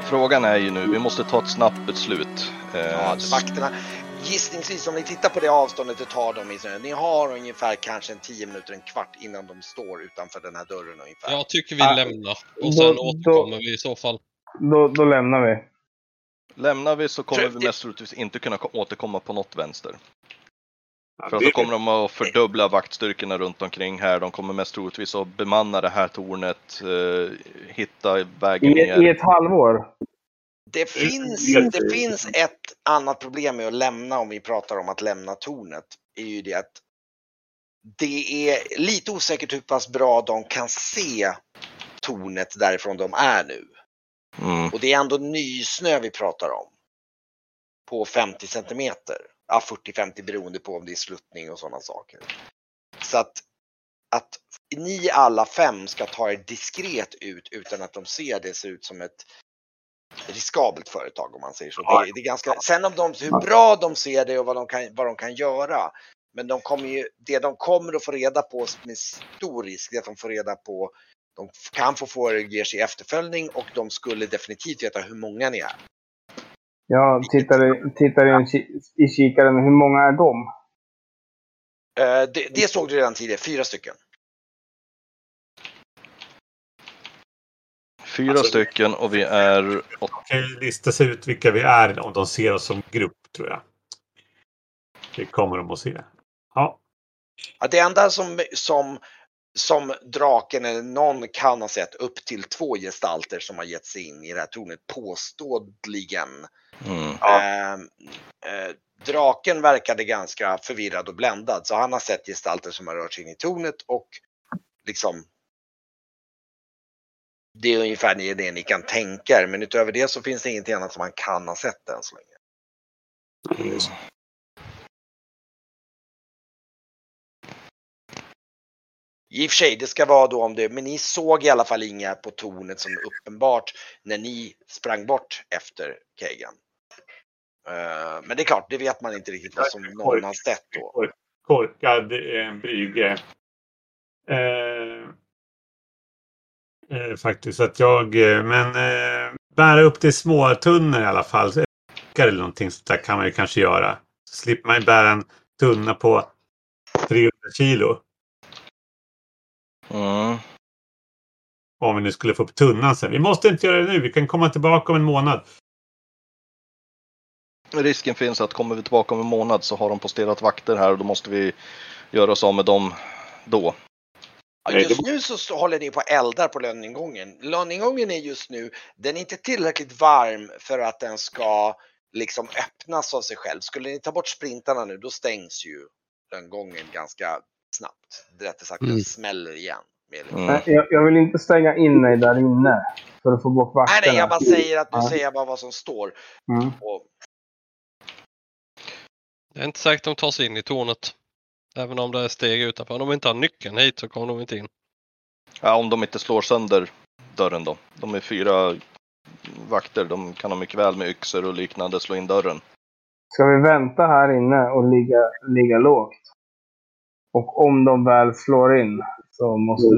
Frågan är ju nu, vi måste ta ett snabbt beslut. Ja, vakterna, gissningsvis om ni tittar på det avståndet det tar dem i snö, ni har ungefär kanske 10 minuter, en kvart innan de står utanför den här dörren ungefär. Jag tycker vi lämnar och sen återkommer vi i så fall. Då lämnar vi. Lämnar vi så kommer vi mest troligtvis inte kunna återkomma på något vänster. För att då kommer de att fördubbla vaktstyrkorna runt omkring här. De kommer mest troligtvis att bemanna det här tornet, hitta vägen ner. I ett halvår? Det finns ett annat problem med att lämna, om vi pratar om att lämna tornet, är ju det att det är lite osäkert hur pass bra de kan se tornet därifrån de är nu. Och det är ändå nysnö vi pratar om. På 50 centimeter. Ja, 40-50 beroende på om det är sluttning och sådana saker. Så att ni alla 5 ska ta er diskret ut utan att de ser det ser ut som ett riskabelt företag, om man säger så. Det är ganska, sen om hur bra de ser det och vad de kan göra. Men det de kommer att få reda på med stor risk är att de får reda på, de kan få ge sig efterföljning och de skulle definitivt veta hur många ni är. Jag tittar i kikaren. Hur många är de? Det såg du redan tidigare. 4 stycken. 4 stycken och vi är... De kan ju lista sig ut vilka vi är om de ser oss som grupp, tror jag. Det kommer de att se. Ja. Det enda som draken eller någon kan ha sett upp till 2 gestalter som har gett sig in i det här tornet påstådligen. Draken verkade ganska förvirrad och bländad, så han har sett gestalter som har rört sig in i tornet och liksom det är ungefär det ni kan tänka er, men utöver det så finns det ingenting annat som man kan ha sett än så länge. I och för sig, det ska vara då om det, men ni såg i alla fall inga på tornet som uppenbart när ni sprang bort efter Kagan. Men det är klart, det vet man inte riktigt vad som någon har sett då. Korkad brygge. Faktiskt att bära upp till små tunnor i alla fall. Eller någonting sånt där kan man ju kanske göra. Så slipper man ju bära en tunna på 300 kilo. Om vi nu skulle få upp tunnan sen. Vi måste inte göra det nu. Vi kan komma tillbaka om en månad. Risken finns att kommer vi tillbaka om en månad så har de posterat vakter här och då måste vi göra oss av med dem då. Just nu så håller ni på eldar på lönningången. Lönningången är just nu, den är inte tillräckligt varm för att den ska liksom öppnas av sig själv. Skulle ni ta bort sprintarna nu, då stängs ju den gången ganska snabbt. Rättare sagt, den smäller igen. Jag vill inte stänga in mig där inne för att få bort vakterna. Nej, jag bara säger att du säger bara vad som står. Det är inte säkert att de tar sig in i tornet. Även om det är steg utanför. Om de inte har nyckeln hit så kommer de inte in. Ja, om de inte slår sönder dörren då. De är 4 vakter. De kan ha mycket väl med yxor och liknande slå in dörren. Ska vi vänta här inne och ligga lågt? Och om de väl slår in så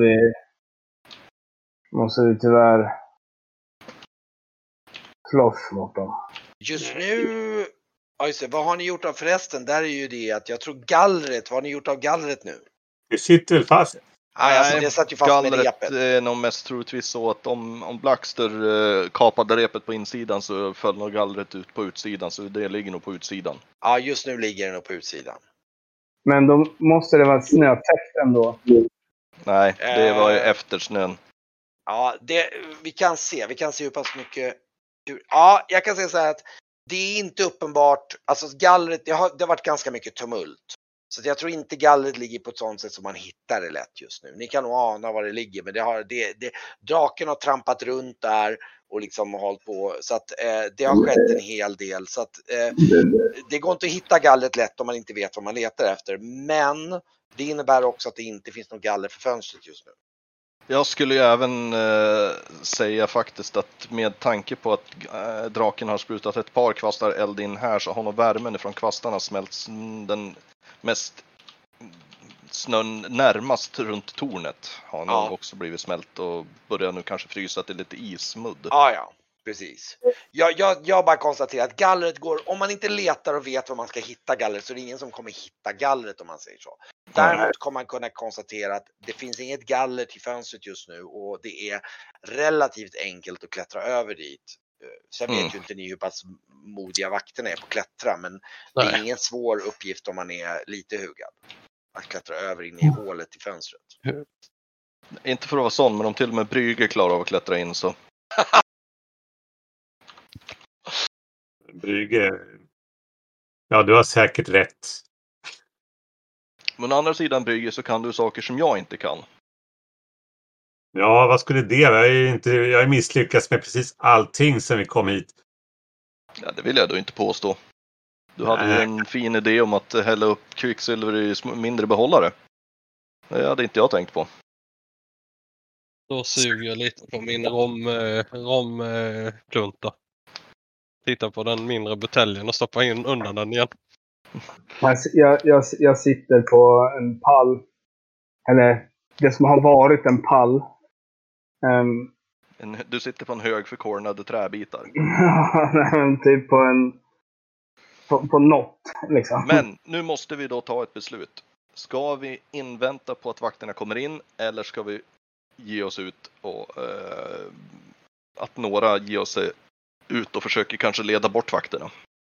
måste vi tyvärr slåss mot dem. Just nu... vad har ni gjort av förresten? Där är ju det att jag tror gallret, vad har ni gjort av gallret nu? Det sitter väl fast. Det satt ju fast med repet. Gallret är nog mest troligtvis så att om Blackster kapade repet på insidan så föll nog gallret ut på utsidan, så det ligger nog på utsidan. Ja, just nu ligger det nog på utsidan. Men då måste det vara snötäckt ändå. Nej, det var ju efter snön. Ja, vi kan se hur pass mycket... Ja, jag kan säga så här att det är inte uppenbart, alltså gallret, det har varit ganska mycket tumult. Så jag tror inte gallret ligger på ett sånt sätt som man hittar det lätt just nu. Ni kan nog ana var det ligger, men draken har trampat runt där och liksom hållit på. Så att det har skett en hel del. Så att det går inte att hitta gallret lätt om man inte vet vad man letar efter. Men det innebär också att det inte finns något galler för fönstret just nu. Jag skulle ju även säga faktiskt att med tanke på att draken har sprutat ett par kvastar eld in här så har nog värmen från kvastarna smält den mest snön närmast runt tornet har nog också blivit smält och börjar nu kanske frysa till lite ismudd. Ja. Precis. Jag bara konstaterar att gallret går, om man inte letar och vet var man ska hitta gallret så är det ingen som kommer hitta gallret om man säger så. Däremot kommer man kunna konstatera att det finns inget galler till fönstret just nu och det är relativt enkelt att klättra över dit. Sen vet ju inte ni hur pass modiga vakterna är på att klättra, men det är ingen svår uppgift om man är lite hugad. Att klättra över in i hålet i fönstret. Inte för att vara sån, men om till och med Brygge klarar av att klättra in så. Brygge. Ja, du har säkert rätt. Men å andra sidan Brygge så kan du saker som jag inte kan. Ja, vad skulle det vara? Jag har misslyckats med precis allting sen vi kom hit. Ja, det vill jag då inte påstå. Du hade ju en fin idé om att hälla upp kvicksilver i mindre behållare. Det hade inte jag tänkt på. Då suger jag lite på min romplunta. Titta på den mindre buteljen och stoppa in undan den igen. Jag sitter på en pall. Eller det som har varit en pall. Du sitter på en hög förkornade träbitar. Typ på något liksom. Men nu måste vi då ta ett beslut. Ska vi invänta på att vakterna kommer in eller ska vi ge oss ut och att några ger sig ut och försöker kanske leda bort vakterna?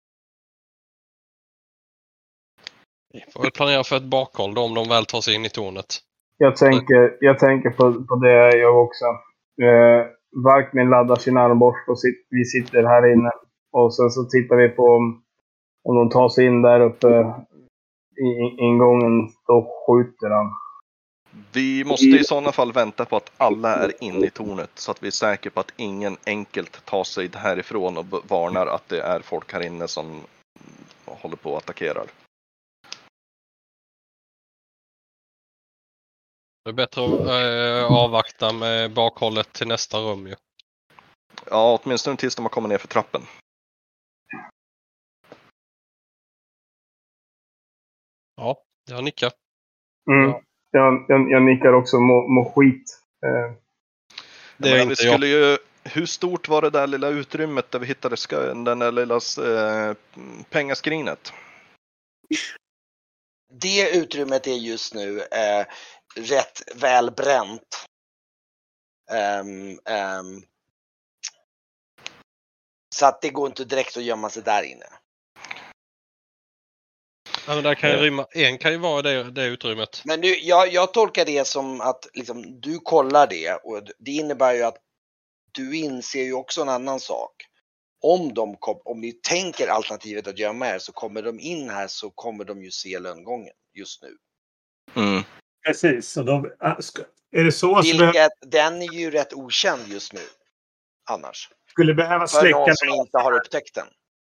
Vi får väl planera för ett bakhåll då, om de väl tar sig in i tornet. Jag tänker på det jag också. Varkmin laddar sin armborst och vi sitter här inne. Och sen så tittar vi på om de tar sig in där uppe i ingången, då skjuter han. Vi måste i sådana fall vänta på att alla är inne i tornet så att vi är säkra på att ingen enkelt tar sig härifrån och varnar att det är folk här inne som håller på att attackerar. Det är bättre att avvakta med bakhållet till nästa rum ju. Ja, åtminstone tills de har kommit ner för trappen. Ja, jag nickar. Jag nickar också må skit. Det är inte jag. Hur stort var det där lilla utrymmet där vi hittade den där lilla pengaskrinet? Det utrymmet är just nu rätt väl bränt. Så att det går inte direkt att gömma sig där inne. Ja, men där kan ju rymma. En kan ju vara det utrymmet. Men nu, jag tolkar det som att liksom, du kollar det och det innebär ju att du inser ju också en annan sak. Om ni tänker alternativet att gömma er så kommer de in här så kommer de ju se lönngången just nu. Mm. Precis, och är det så den är ju rätt okänd just nu. Annars. Skulle behöva för släcka någon som inte har upptäckt den.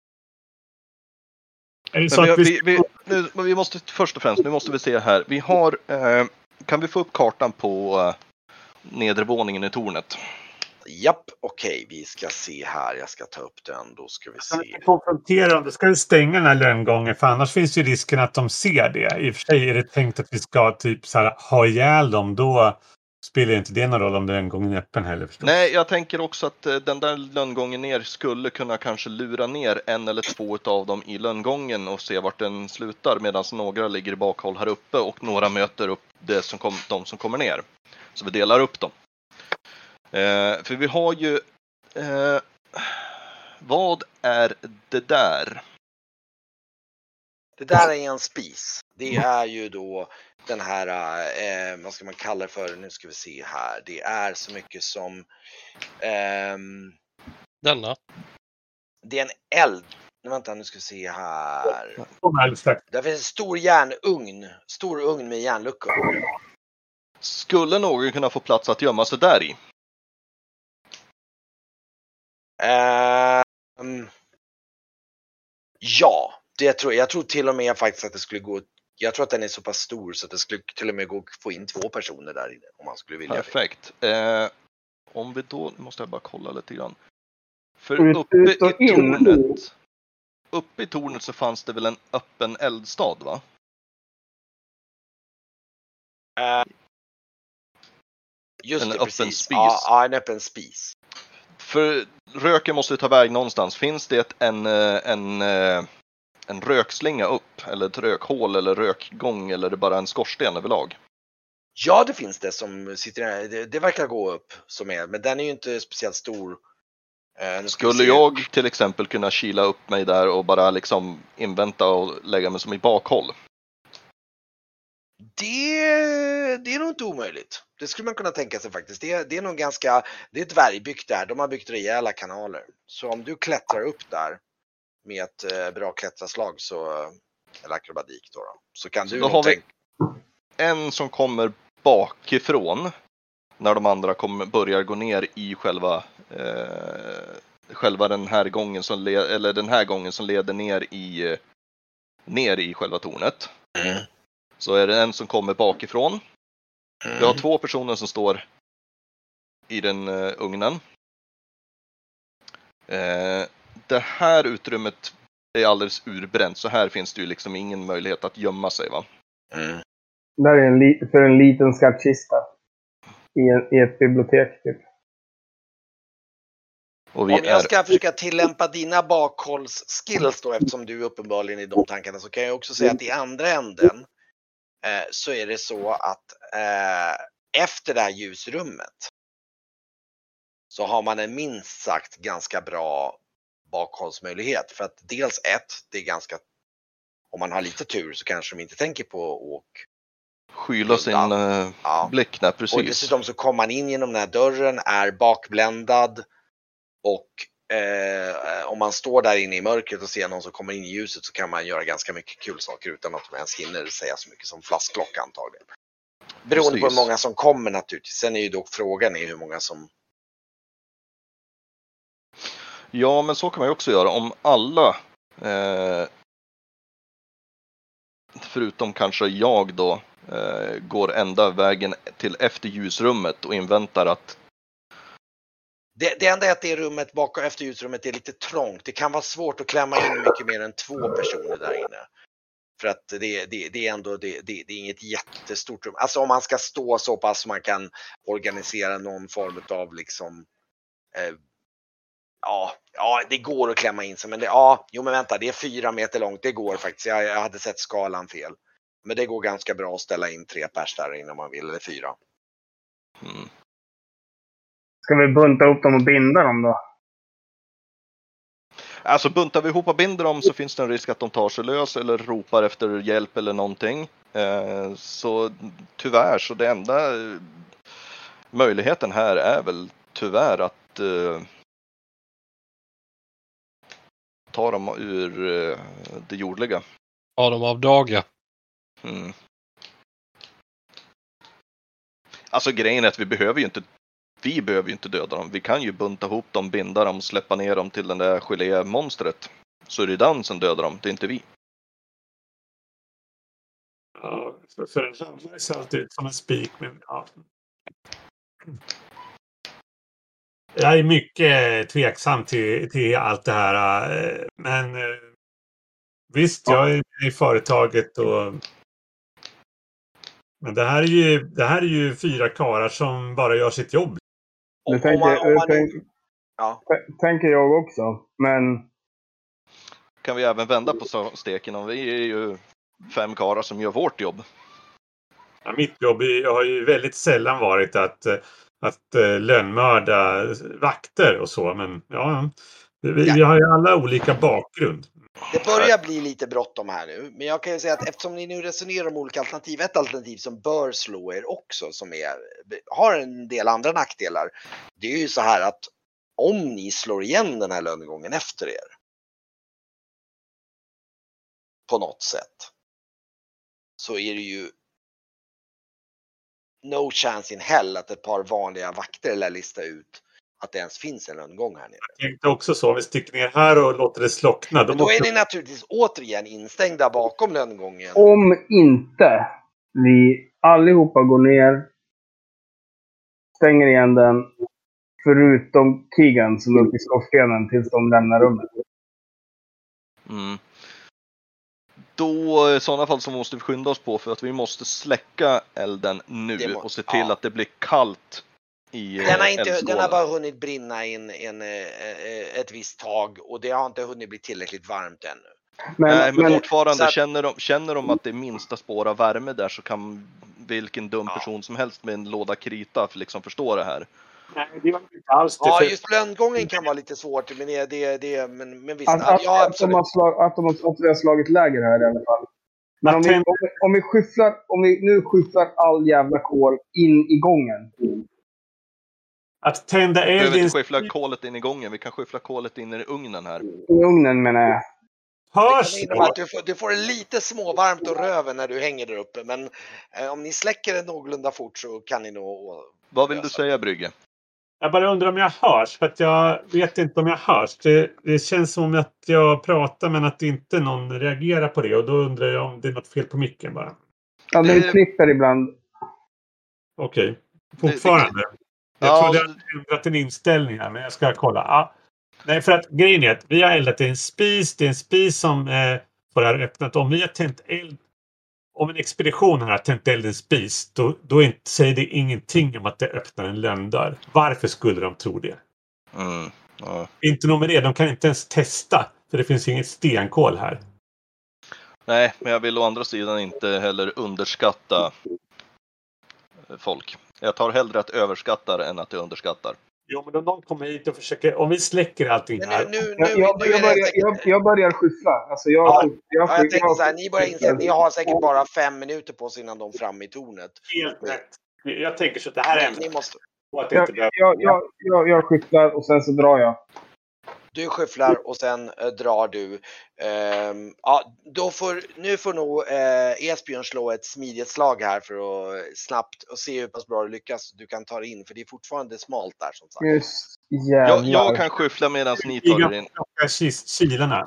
Är det så att vi måste först och främst, nu måste vi se här. Vi har, kan vi få upp kartan på nedervåningen i tornet? Japp, okej, vi ska se här. Jag ska ta upp den, då ska vi se. Konfrontera dem, då ska du stänga den här lönngången, för annars finns ju risken att de ser det. I och för sig är det tänkt att vi ska typ så här, ha ihjäl dem, då spelar inte det någon roll om lönngången är öppen heller förstås. Nej, jag tänker också att den där lönngången ner skulle kunna kanske lura ner en eller två av dem i lönngången och se vart den slutar, medan några ligger i bakhåll här uppe och några möter upp de som kommer ner. Så vi delar upp dem. För vi har ju vad är det där? Det där är en spis. Det är ju då den här, vad ska man kalla det för? Nu ska vi se här. Det är så mycket som denna. Det är en eld. Vänta, nu ska vi se här. Där finns en stor ugn med järnluckor. Skulle någon kunna få plats att gömma sig där i? Ja, det tror jag. Jag tror till och med faktiskt att det skulle gå. Jag tror att den är så pass stor så att det skulle till och med gå att få in 2 personer där inne om man skulle vilja. Perfekt. Om vi då måste jag bara kolla lite grann. För uppe i tornet så fanns det väl en öppen eldstad, va? Just en det, öppen precis. spis. Ja, en öppen spis. För röken måste ta väg någonstans. Finns det en rökslinga upp, eller ett rökhål, eller rökgång, eller är det bara en skorsten överlag? Ja, det finns det som sitter där. Det verkar gå upp som är, men den är ju inte speciellt stor. Skulle jag till exempel kunna kila upp mig där och bara liksom invänta och lägga mig som i bakhåll? Det är nog inte omöjligt. Det skulle man kunna tänka sig faktiskt. Det är nog ganska, det är dvärgbyggt där. De har byggt rejäla kanaler. Så om du klättrar upp där med ett bra klättraslag så, eller akrobatik då, så kan Så du då nog har vi en som kommer bakifrån när de andra börjar gå ner i själva den här gången som leder ner i själva tornet. Så är det en som kommer bakifrån. Vi har 2 personer som står i den ugnen. Det här utrymmet är alldeles urbränt, så här finns det ju liksom ingen möjlighet att gömma sig, va? Där är för en liten skattkista i ett bibliotek typ. Och Om jag ska försöka tillämpa dina bakhållsskills då, eftersom du uppenbarligen i de tankarna, så kan jag också säga att i andra änden så är det så att efter det här ljusrummet så har man en minst sagt ganska bra bakhållsmöjlighet. För att dels det är ganska, om man har lite tur så kanske de inte tänker på att skyla sin blick. Nej, precis. Och dessutom så kommer man in genom den här dörren, är bakbländad, och om man står där inne i mörkret och ser någon som kommer in i ljuset så kan man göra ganska mycket kul saker utan att man ens hinner säga så mycket som flaskklocka antagligen. Beroende på hur många som kommer naturligtvis. Sen är ju dock frågan hur många som... Ja, men så kan man ju också göra. Om alla, förutom kanske jag då, går ända vägen till efter ljusrummet och inväntar att... Det enda är att det rummet bakom efter ljusrummet är lite trångt. Det kan vara svårt att klämma in mycket mer än 2 personer där inne. För att det är ändå det är inget jättestort rum. Alltså om man ska stå så pass så man kan organisera någon form av liksom... Ja, det går att klämma in sig. Men men vänta, det är 4 meter långt. Det går faktiskt. Jag hade sett skalan fel. Men det går ganska bra att ställa in 3 pers där innan man vill, eller 4. Ska vi bunta ihop dem och binda dem då? Alltså buntar vi ihop och binder dem så finns det en risk att de tar sig lös eller ropar efter hjälp eller någonting. Så tyvärr, så det enda möjligheten här är väl tyvärr att ta dem ur det jordliga. Ja, de av dagar. Alltså grejen är att vi behöver ju inte döda dem. Vi kan ju bunta ihop dem, binda dem, släppa ner dem till den där gelémonstret. Så är det den som dödar dem, det är inte vi. Ja, för en hammare ser alltid ut som en spik. Men, ja. Jag är mycket tveksam till allt det här. Men visst, jag är i företaget och... Men det här är ju 4 karlar som bara gör sitt jobb. Det tänker jag också, men... Kan vi även vända på steken om vi är ju 5 karlar som gör vårt jobb. Ja, mitt jobb har ju väldigt sällan varit att lönnmörda vakter och så, men vi har ju alla olika bakgrund. Det börjar bli lite bråttom här nu, men jag kan ju säga att eftersom ni nu resonerar om olika alternativ, ett alternativ som bör slå er också, som har en del andra nackdelar, det är ju så här att om ni slår igen den här lönegången efter er på något sätt, så är det ju no chance in hell att ett par vanliga vakter lär lista ut att det ens finns en lönngång här nere. Jag tänkte också så, om vi sticker ner här och låter det slockna. Då är ni naturligtvis återigen instängda bakom lönngången. Om inte vi allihopa går ner, stänger igen den, förutom Keegan som är uppe i skorstenen tills de lämnar rummet. Då i sådana fall så måste vi skynda oss på, för att vi måste släcka elden nu och se till att det blir kallt Den har bara hunnit brinna ett visst tag och det har inte hunnit bli tillräckligt varmt ännu. Men fortfarande, att, känner de att det är minsta spår av värme där, så kan vilken dum person som helst med en låda krita liksom förstå det här. Nej, det var inte alls det. Ja, just lönngången kan vara lite svårt, men men visst. Att vi har slagit läger här i alla fall. Men om vi nu skyfflar all jävla kol in i gången. Att tända eld. Vi behöver inte skyffla kolet in i gången, vi kan skyffla kolet in i ugnen här. I ugnen menar jag. Hörs att du får det lite småvarmt och röven när du hänger där uppe, men om ni släcker det någorlunda fort så kan ni nog... Vad vill du säga, Brygge? Jag bara undrar om jag hörs, för att jag vet inte om jag hörs. Det känns som att jag pratar men att inte någon reagerar på det, och då undrar jag om det är något fel på micken bara. Ja, det klipper ibland. Okej. Fortfarande. Jag trodde jag hade ändrat en inställning här, men jag ska kolla. Ja. Nej, för att grejen är att vi har eldat i en spis. Det är en spis som får det här öppnat. Om vi har tänt eld, om en expedition har tänt eld i en spis, då säger det ingenting om att det öppnar en lönndörr. Varför skulle de tro det? Inte nog med det, de kan inte ens testa, för det finns inget stenkol här. Nej, men jag vill å andra sidan inte heller underskatta folk. Jag tar hellre att överskatta än att jag underskattar. Jo, men om någon kommer hit och försöker, om vi släcker allting här. Jag börjar skyffla. Alltså jag tänkte så här, ni börjar inse att ni har säkert bara 5 minuter på sig innan de är framme i tornet. Helt rätt. Jag tänker så att det här är... Ni måste... Jag skyfflar och sen så drar jag. Du skyfflar och sen drar du. Nu får nog Esbjörn slå ett smidighetsslag här för att snabbt och se hur pass bra du lyckas. Du kan ta det in, för det är fortfarande smalt där som sagt. Just, jag kan skyffla medan ni tar det in. Kilarna.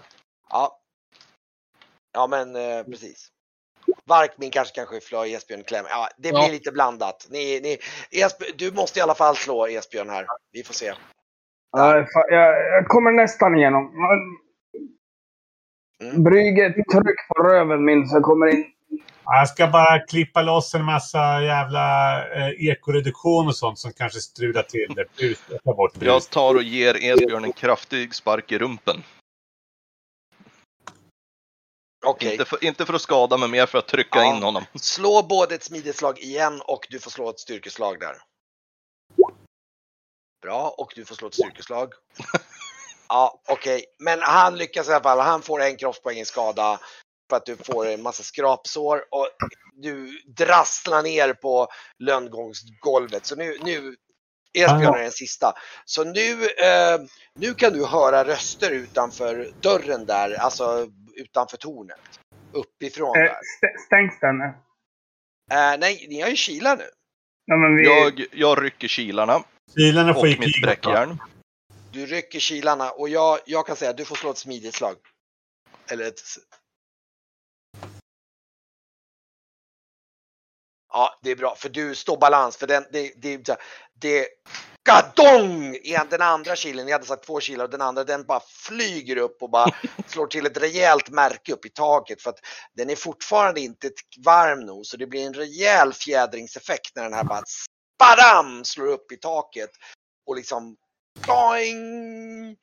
Ja, men precis. Varkmin kanske kan skyffla och Esbjörn klämmer. Ja, det blir lite blandat. Du måste i alla fall slå Esbjörn här. Vi får se. Jag kommer nästan igenom. Brygge, tryck på röven min så jag kommer in. Jag ska bara klippa loss en massa jävla ekoreduktion och sånt som kanske strular till det. Jag tar och ger Esbjörn en kraftig spark i rumpen. Okay. Inte för att skada, men mer för att trycka in honom. Slå både ett smidighetsslag igen och du får slå ett styrkeslag där. Bra, och du får slå ett styrkeslag. Ja, okej. Men han lyckas i alla fall. Han får 1 kroppspoäng i skada för att du får en massa skrapsår och du drasslar ner på lönngångsgolvet. Så nu Esbjörn är den sista. Så nu kan du höra röster utanför dörren där, alltså utanför tornet. Uppifrån där. Stängs den? Nej, ni har ju kilar nu. Ja, men jag rycker kilarna. Kilarna får och mitt bräckjärn. Du rycker kilarna och jag kan säga att du får slå ett smidighetsslag. Eller ett... Ja, det är bra, för du står balans. För det gadong! Den andra kilen, ni hade sagt 2 kilar, och den andra, den bara flyger upp och bara slår till ett rejält märke upp i taket, för att den är fortfarande inte varm nog, så det blir en rejäl fjädringseffekt när den här bara badam slår upp i taket och liksom boing!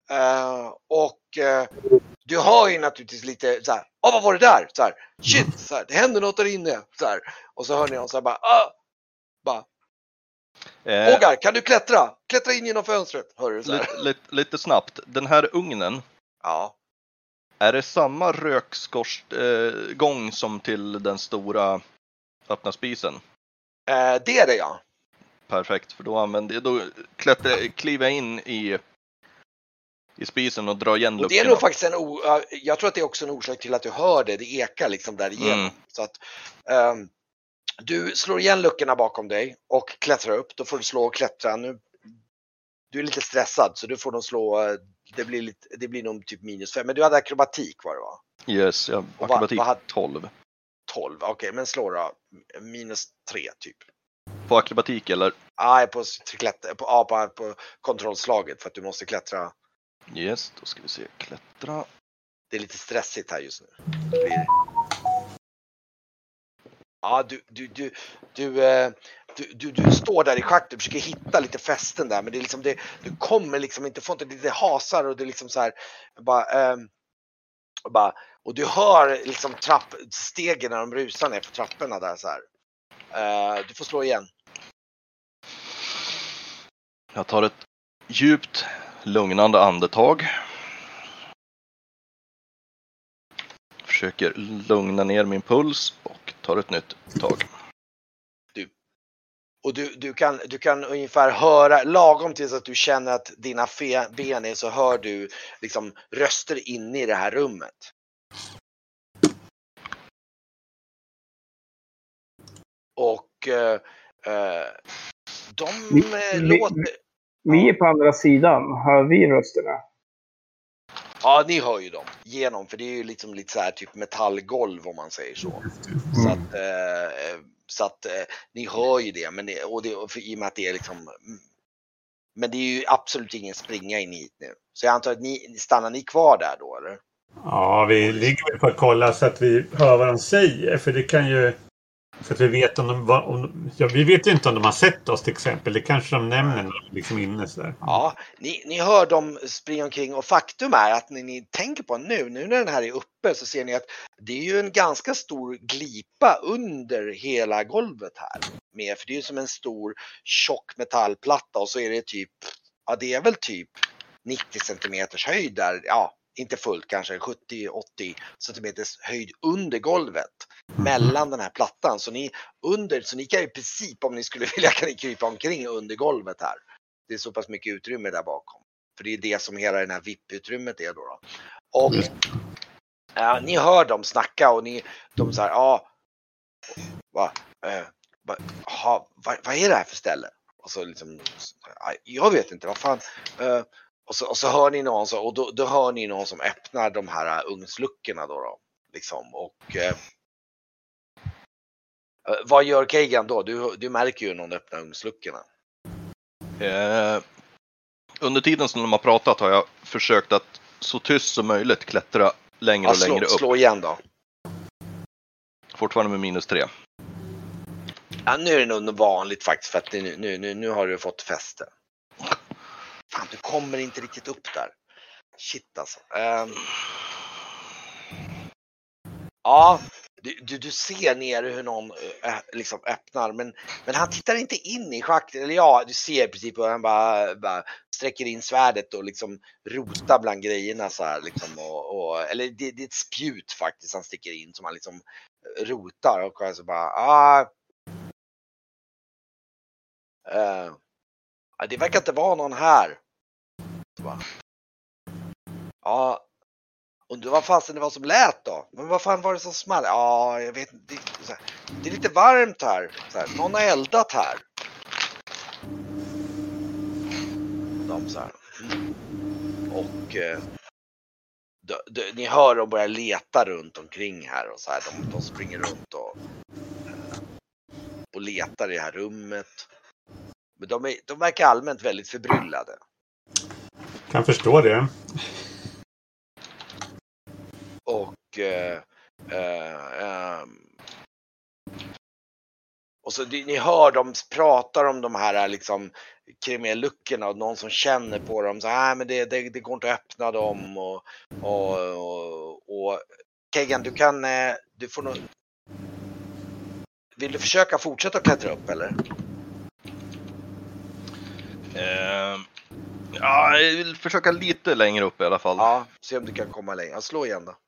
Du hör ju naturligtvis lite så här, vad var det där? Så här, shit, så här, det händer något där inne. Så här. Och så hör ni någon så här bara Ågar, kan du klättra? Klättra in genom fönstret, hör du så här. Lite snabbt. Den här ugnen. Ja. Är det samma rökskorstgång som till den stora öppna spisen? Det är det, ja. Perfekt, för då kliver jag in i spisen och drar igen luckorna. Det är nog faktiskt jag tror att det är också en orsak till att du hör det. Det ekar liksom där igenom. Så att du slår igen luckorna bakom dig och klättrar upp. Då får du slå och klättra. Nu, du är lite stressad, så du får nog slå. Det blir nog typ -5. Men du hade akrobatik, var det va? Yes, akrobatik 12. 12, okej, men slå då -3 typ. På akrobatik eller? Nej, på kontrollslaget, för att du måste klättra. Yes, då ska vi se. Klättra. Det är lite stressigt här just nu. Ja, du står där i schakt, du försöker hitta lite fästen där, men det är liksom du kommer liksom inte, får inte lite hasar och det är liksom så här och du hör liksom trappstegen när de rusar ner på trapporna där så här. Du får slå igen. Jag tar ett djupt lugnande andetag. Försöker lugna ner min puls och tar ett nytt tag. Du kan ungefär höra, lagom tills att du känner att dina ben är, så hör du liksom röster inne i det här rummet. Och låter... Vi är på andra sidan. Hör vi rösterna? Ja, ni hör ju dem genom, för det är ju liksom lite så här typ metallgolv om man säger så. Så att ni hör ju det, men i och med att det är liksom, men det är ju absolut ingen springa in hit nu. Så jag antar att stannar ni kvar där då, eller? Ja, vi ligger väl på att kolla så att vi hör vad de säger, för det kan ju, så att vi vet vi vet ju inte om de har sett oss till exempel. Det kanske de nämner liksom inne så där. Ja, ni hör dem springa omkring, och faktum är att när ni tänker på nu när den här är uppe, så ser ni att det är ju en ganska stor glipa under hela golvet här. För det är ju som en stor tjock metallplatta, och så är det typ, ja det är väl typ 90 centimeters höjd där, ja inte fullt, kanske 70-80 centimeters höjd under golvet mellan den här plattan, så ni kan i princip, om ni skulle vilja, kan ni krypa omkring under golvet här. Det är så pass mycket utrymme där bakom, för det är det som hela den här VIP-utrymmet är då. Och ni hör dem snacka, och de så här, vad är det här för ställe? Och så liksom, jag vet inte, vad fan. Och så hör ni någon, och då hör ni någon som öppnar de här ugnsluckorna då liksom. Och vad gör Kagan då? Du märker ju någon öppnar ugnsluckorna. Under tiden som de har pratat har jag försökt att så tyst som möjligt klättra längre och längre upp. Slå igen då. Fortfarande med -3. Ja, nu är det nog vanligt faktiskt, för att nu har du fått fäste. Fan, du kommer inte riktigt upp där. Shit alltså. Ja, du ser ner hur någon liksom öppnar, men han tittar inte in i schaktet. Eller ja, du ser precis hur han bara sträcker in svärdet och liksom rotar bland grejerna så här liksom, eller det är ett spjut faktiskt han sticker in som han liksom rotar, och alltså bara det verkar inte vara någon här. Ja, undrar vad fasen det var som lät då. Men vad fan var det som small? Ja, jag vet inte. Det är lite varmt här. Så här, någon har eldat här. De så här. Och ni hör dem börja leta runt omkring här och så här. De springer runt och letar i det här rummet. Men de verkar allmänt väldigt förbryllade. Kan förstå det. Och så ni hör dem pratar om de här liksom kremelluckorna, och någon som känner på dem så här, men det går inte att öppna dem, och Kagan, du får nog, vill du försöka fortsätta klättra upp eller? Ja, jag vill försöka lite längre upp i alla fall. Ja, se om du kan komma längre. Slå igen då.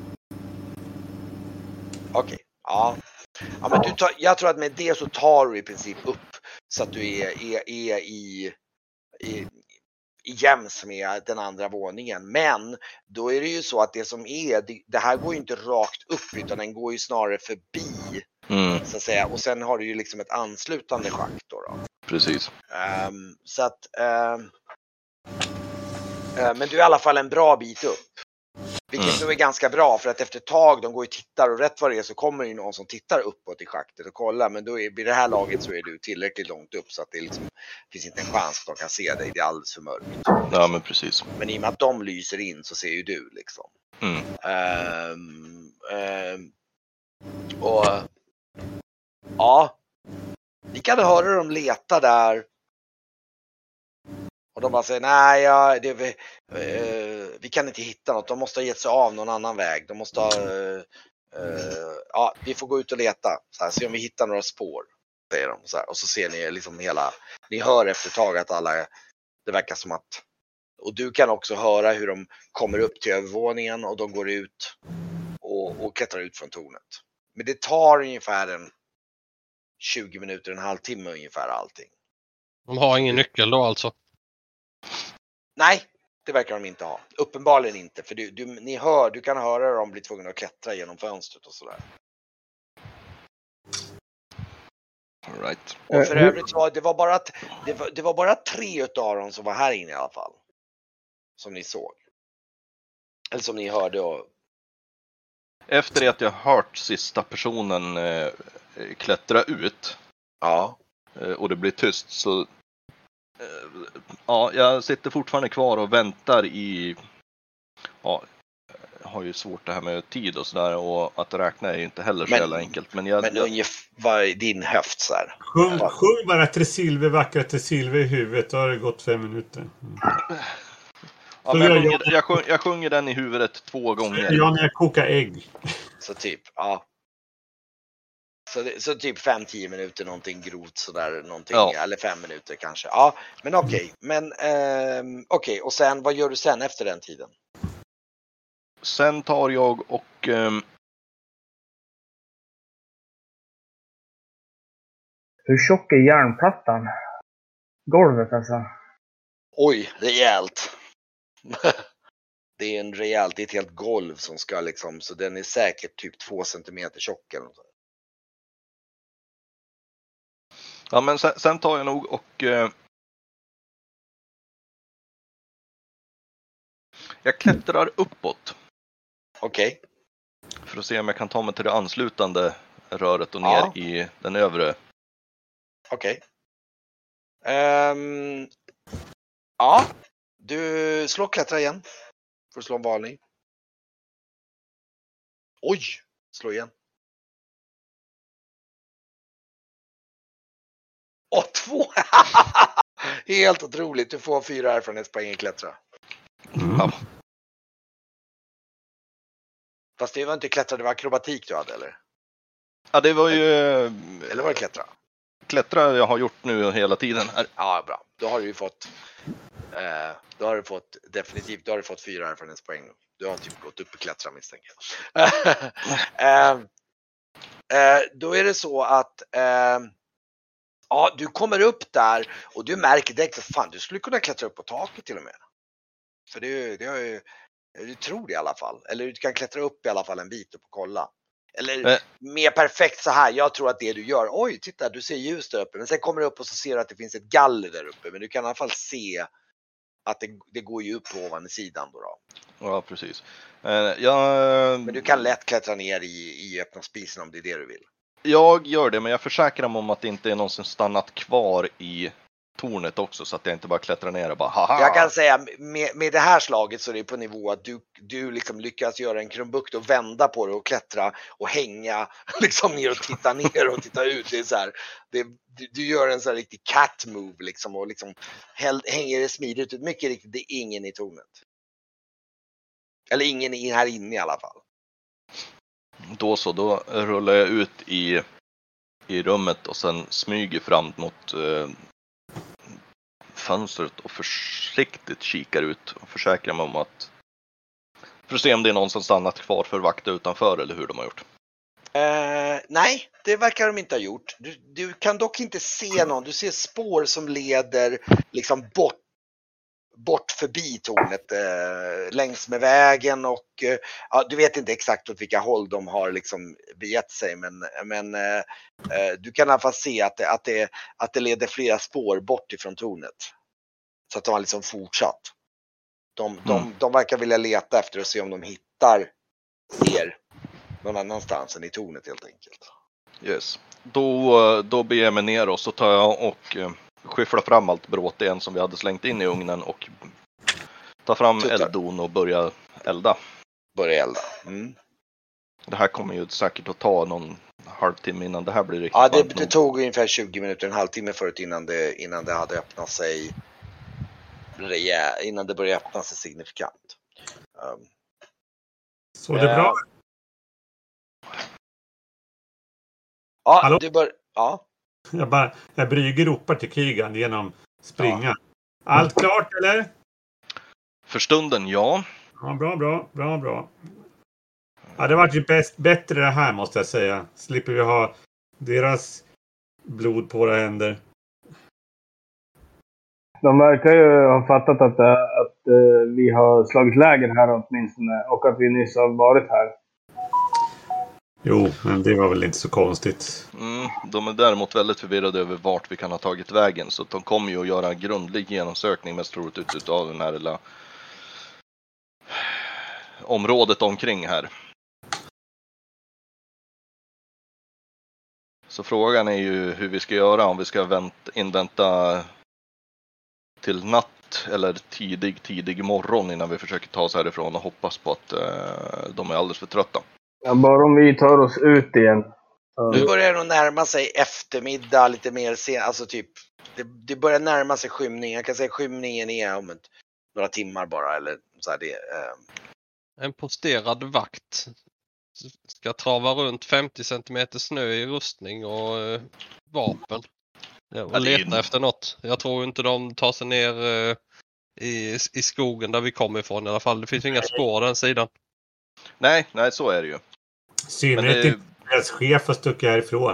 Okej. Ja. Ja, men jag tror att med det så tar du i princip upp så att du är i jäms med den andra våningen. Men då är det ju så att det här går ju inte rakt upp, utan den går ju snarare förbi. Så att säga. Och sen har du ju liksom ett anslutande schakt då. Precis. Så att men du är i alla fall en bra bit upp. Vilket nu är ganska bra, för att efter ett tag de går och tittar, och rätt vad det är så kommer det någon som tittar uppåt i schaktet och kollar, men då vid det här laget så är du tillräckligt långt upp så att det liksom finns inte en chans att de kan se dig, det är alldeles för mörkt. Ja, men precis. Men i och med att de lyser in så ser ju du liksom. Och ja, Ni kan höra dem leta där. Och de bara säger nej, vi kan inte hitta något. De måste ha gett sig av någon annan väg. De måste ha, vi får gå ut och leta. Så här, se om vi hittar några spår. Säger de så här. Och så ser ni liksom ni hör efter ett tag att alla, det verkar som att, och du kan också höra hur de kommer upp till övervåningen och de går ut och klättrar ut från tornet. Men det tar ungefär 20 minuter, en halvtimme ungefär allting. De har ingen nyckel då alltså? Nej, det verkar de inte ha. Uppenbarligen inte, för du kan höra dem bli tvungna att klättra genom fönstret och sådär. All right. Och för övrigt var det var bara 3 utav dem som var här inne i alla fall. Som ni såg. Eller som ni hörde. Efter att jag hört sista personen klättra ut. Ja. Och det blir tyst så jag sitter fortfarande kvar och väntar i jag har ju svårt det här med tid och sådär och att räkna är ju inte heller så jävla enkelt. Men ungefär din höft så här. Sjung bara Tresilve, vackra Tresilve i huvudet, då har det gått 5 minuter. Ja, men jag sjunger den i huvudet 2 gånger. Ja, när jag kokar ägg. Så typ, ja. Så typ 5-10 minuter någonting grovt sådär, någonting, eller 5 minuter kanske. Ja, men okej. Men okej, och sen, vad gör du sen efter den tiden? Sen tar jag och hur tjock är järnplattan? Golvet alltså. Oj, rejält. Det är ett helt golv som ska liksom, så den är säkert typ 2 centimeter tjock eller något. Ja, men sen tar jag nog och jag klättrar uppåt. Okej. För att se om jag kan ta mig till det anslutande röret och ner i den övre. Okej. Du slår klättra igen. Får slå en varning. Oj, slå igen. 2! Helt otroligt, du får 4 erfarenhetspoäng i klättra. Ja. Fast det var inte klättra, det var akrobatik du hade, eller? Ja, det var ju eller var det klättra? Klättra jag har gjort nu hela tiden här. Ja, bra. Då har du ju fått definitivt, då har du fått 4 erfarenhetspoäng. Du har typ gått upp i klättra, misstänker jag. Då är det så att du kommer upp där och du märker direkt att fan, du skulle kunna klättra upp på taket till och med. För du tror det i alla fall. Eller du kan klättra upp i alla fall en bit upp och kolla. Eller mer perfekt så här, jag tror att det du gör, oj titta du ser ljus där uppe. Men sen kommer du upp och så ser du att det finns ett galler där uppe. Men du kan i alla fall se att det går ju upp på ovansidan då. Ja, precis. Men du kan lätt klättra ner i öppna spisen om det är det du vill. Jag gör det, men jag försäkrar mig om att det inte är någon som stannat kvar i tornet också, så att jag inte bara klättrar ner och bara haha. Jag kan säga med det här slaget så är det på nivå att du liksom lyckas göra en krumbukt och vända på det och klättra och hänga liksom ner och titta ner och titta ut. Det är så här, du gör en sån här riktig cat move liksom och liksom hänger det smidigt ut. Mycket riktigt, det är ingen i tornet. Eller ingen här inne i alla fall. Då rullar jag ut i rummet och sen smyger fram mot fönstret och försiktigt kikar ut och försäkrar mig om att för att se om det är någon som stannat kvar för vakta utanför eller hur de har gjort. Nej, det verkar de inte ha gjort. Du kan dock inte se någon. Du ser spår som leder liksom bort förbi tornet längs med vägen och du vet inte exakt åt vilka håll de har liksom begett sig, men du kan i alla fall se att det leder flera spår bort ifrån tornet. Så att de har liksom fortsatt. De verkar vilja leta efter och se om de hittar er någon annanstans än i tornet helt enkelt. Yes. Då beger jag mig ner och så tar jag och skyfflar fram allt bråte igen som vi hade slängt in i ugnen och tar fram elddon och börjar elda. Mm. Det här kommer ju säkert att ta någon halvtimme innan det här blir riktigt Ja, varmt. det tog ungefär 20 minuter, en halvtimme förut innan det hade öppnat sig. Innan det började öppna sig signifikant. Så det är bra. Ja, Hallå? ja. Jag Brygge ropar till Kygan genom springa. Ja. Allt klart eller? För stunden, ja. Ja, bra. Ja, det varit ju bättre det här måste jag säga. Slipper vi ha deras blod på våra händer. De verkar ju ha fattat att vi har slagit läger här åtminstone. Och att vi nyss har varit här. Jo, men det var väl inte så konstigt. De är däremot väldigt förvirrade över vart vi kan ha tagit vägen. Så de kommer ju att göra en grundlig genomsökning mest troligt utav den här lilla området omkring här. Så frågan är ju hur vi ska göra, om vi ska invänta till natt eller tidig morgon innan vi försöker ta oss härifrån och hoppas på att de är alldeles för trötta. Ja, bara om vi tar oss ut igen. Nu börjar det närma sig eftermiddag lite mer sen, alltså typ det börjar närma sig skymning. Jag kan säga skymningen är om några timmar bara eller så här det. En posterad vakt ska trava runt 50 cm snö i rustning och vapen. Och leta efter något. Jag tror inte de tar sig ner i skogen där vi kommer ifrån i alla fall. Det finns inga spår den sidan. Nej, så är det ju. Synnerhet deras chef har stuckit härifrån.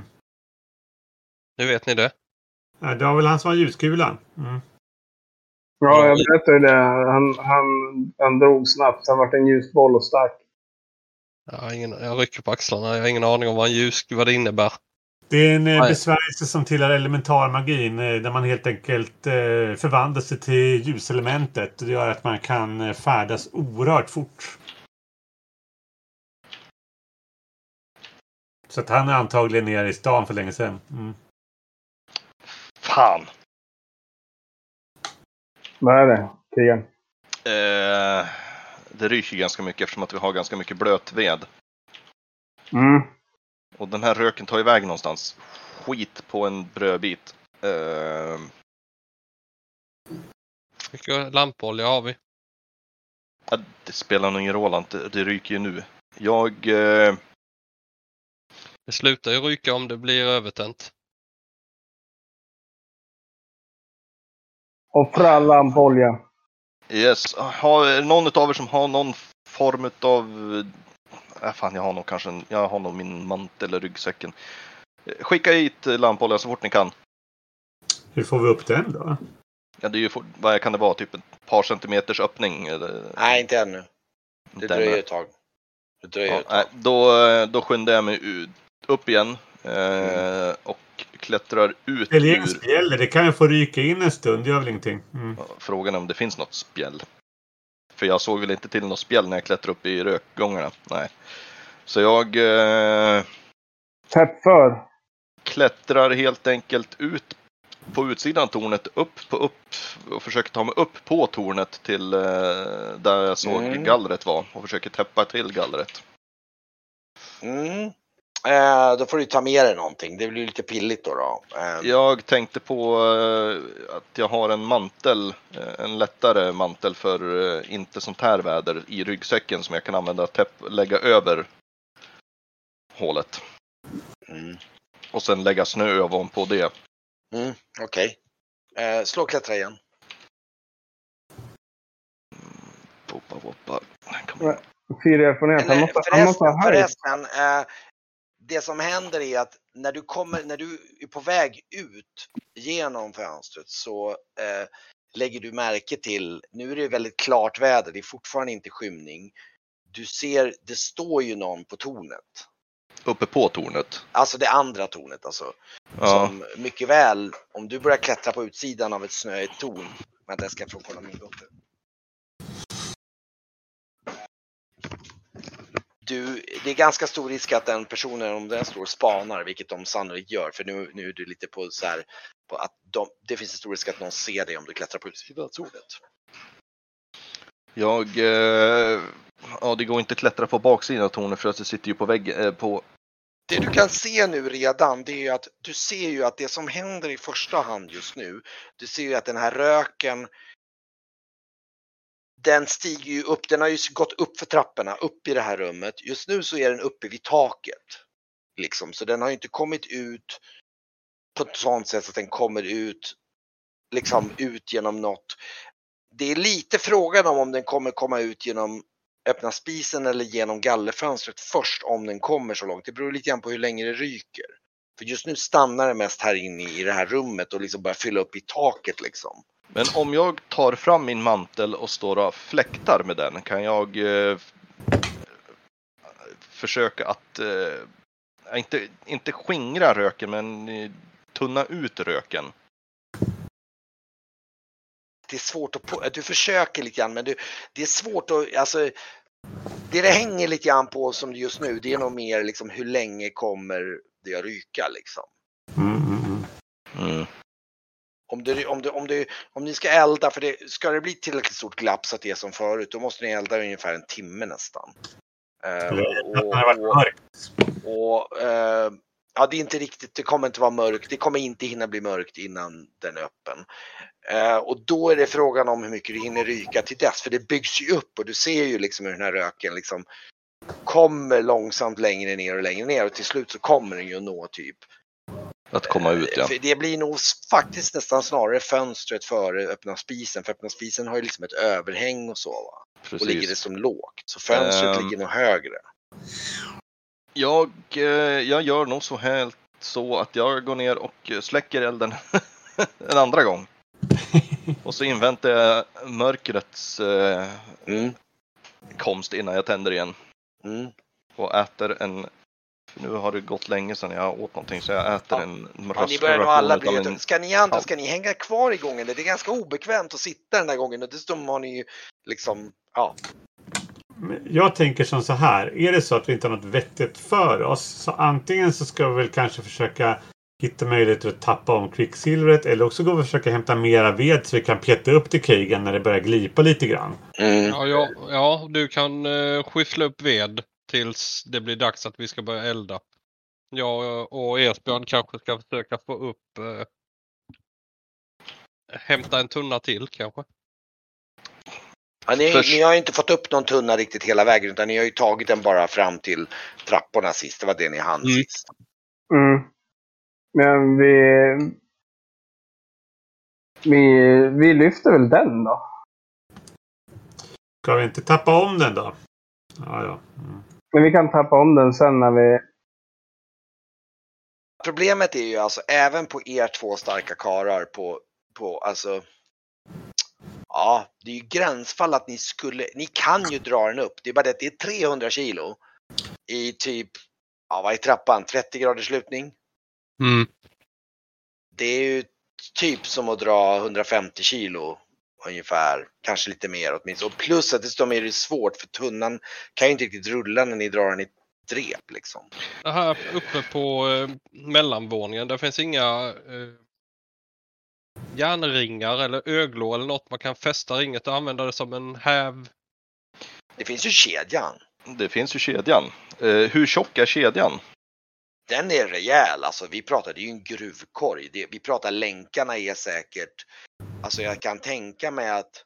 Nu vet ni det. Ja, det var väl han som var ljuskulan. Ja, jag berättade det. Han drog snabbt. Han var en ljusboll och stack. Jag rycker på axlarna. Jag har ingen aning om vad det innebär. Det är en besvärjelse som tillhör elementarmagin. Där man helt enkelt förvandlar sig till ljuselementet. Det gör att man kan färdas oerhört fort. Så att han är antagligen nere i stan för länge sedan. Fan! Vad är det, Krigan? Det ryker ganska mycket eftersom att vi har ganska mycket blötved. Och den här röken tar iväg någonstans. Skit på en brödbit. Vilka lampolja har vi? Ja, det spelar nog ingen roll, det ryker ju nu. Det slutar ju ryka om det blir övertänt. Offra lampolja. Yes. Har någon av er som har någon form av... jag har nog min mantel eller ryggsäcken. Skicka hit lampolja så fort ni kan. Hur får vi upp den då? Ja, det är ju vad kan det vara? Typ ett par centimeters öppning? Eller... Nej, inte ännu. Det dröjer ett tag. Då skyndar jag mig upp igen och klättrar ut ur... Det kan ju få ryka in en stund, det gör väl ingenting. Frågan är om det finns något spjäll. För jag såg väl inte till något spjäll när jag klättrade upp i rökgångarna. Nej. Så jag klättrar helt enkelt ut på utsidan av tornet, upp och försöker ta mig upp på tornet till där jag såg gallret var och försöker täppa till gallret. Då får du ta med dig någonting. Det blir lite pilligt då. Jag tänkte på att jag har en mantel, en lättare mantel för inte sånt här väder i ryggsäcken som jag kan använda att lägga över hålet. Och sen lägga snö ovanpå det. Okej. Slå klättra igen. Fyra erfarenhet. Förresten, det som händer är att när du är på väg ut genom fönstret så lägger du märke till, nu är det väldigt klart väder, det är fortfarande inte skymning. Du ser, det står ju någon på tornet. Uppe på tornet? Alltså det andra tornet alltså. Ja. Som mycket väl, om du börjar klättra på utsidan av ett snöigt torn. Men jag ska få kolla min dotter. Det är ganska stor risk att den personen, om den står och spanar, vilket de sannolikt gör, för nu är du lite på så här, på att det finns en stor risk att någon ser dig om du klättrar på utsidan av tornet. Jag Ja, det går inte att klättra på baksidan av tornet för att det sitter ju på väggen. Det du kan se nu redan, det är ju att du ser ju att det som händer i första hand just nu, du ser ju att den här röken, den stiger ju upp, den har ju gått upp för trapporna, upp i det här rummet. Just nu så är den uppe vid taket. Liksom. Så den har ju inte kommit ut på ett sånt sätt att den kommer ut, liksom ut genom något. Det är lite frågan om den kommer komma ut genom öppna spisen eller genom gallerfönstret först, om den kommer så långt. Det beror lite grann på hur länge det ryker. För just nu stannar det mest här inne i det här rummet och liksom börjar fylla upp i taket liksom. Men om jag tar fram min mantel och står och fläktar med den, kan jag försöka att inte skingra röken, men tunna ut röken? Det är svårt att du försöker lite grann, men det är svårt att, alltså, det hänger lite grann på som det just nu, det är nog mer liksom hur länge kommer det att ryka liksom. Om ni ska elda, för ska det bli tillräckligt stort glapp så att det är som förut, då måste ni elda ungefär en timme nästan. Ja, det är inte riktigt, det kommer inte vara mörkt, det kommer inte hinna bli mörkt innan den är öppen. Och då är det frågan om hur mycket det hinner ryka till dess, för det byggs ju upp och du ser ju liksom hur den här röken liksom kommer långsamt längre ner och till slut så kommer den ju att nå typ att komma ut, ja. För det blir nog faktiskt nästan snarare fönstret före öppna spisen, för öppna spisen har ju liksom ett överhäng och så, va? Och ligger det som lågt, så fönstret ligger nog högre. Jag gör nog så att jag går ner och släcker elden en andra gång. Och så inväntar jag mörkrets komst innan jag tänder igen. Och äter en... Nu har det gått länge sedan jag åt någonting, så jag äter en ni börjar nog alla bli... Ska ni andra, ska ni hänga kvar i gången? Det är ganska obekvämt att sitta den här gången, och dessutom har ni ju liksom, ja. Jag tänker som så här, är det så att vi inte har något vettigt för oss, så antingen så ska vi väl kanske försöka hitta möjligheter att tappa om kvicksilvret, eller också går vi försöka hämta mera ved så vi kan peta upp till krigen när det börjar glipa lite grann. Ja, du kan skyffla upp ved tills det blir dags att vi ska börja elda. Jag och Esbjörn kanske ska försöka få upp hämta en tunna till kanske. Ja, ni har inte fått upp någon tunna riktigt hela vägen, utan ni har ju tagit den bara fram till trapporna sist. Det var det ni hann sist. Men vi lyfter väl den då? Ska vi inte tappa om den då? Ja. Men vi kan tappa om den sen när vi... Problemet är ju alltså, även på er två starka karar på alltså... Ja, det är ju gränsfall att ni kan ju dra den upp. Det är bara det att det är 300 kilo i typ, ja, vad är trappan? 30 graders lutning. Det är ju typ som att dra 150 kilo ungefär, kanske lite mer åtminstone. Och plus att dessutom är det svårt, för tunnan kan ju inte riktigt rulla när ni drar den i drep liksom. Det här uppe på mellanvåningen, där finns inga järnringar eller öglor eller något man kan fästa ringet och använda det som en häv. Det finns ju kedjan. Hur tjock är kedjan? Den är rejäl, alltså vi pratar, det är ju en gruvkorg. Vi pratar, länkarna är säkert, alltså jag kan tänka mig att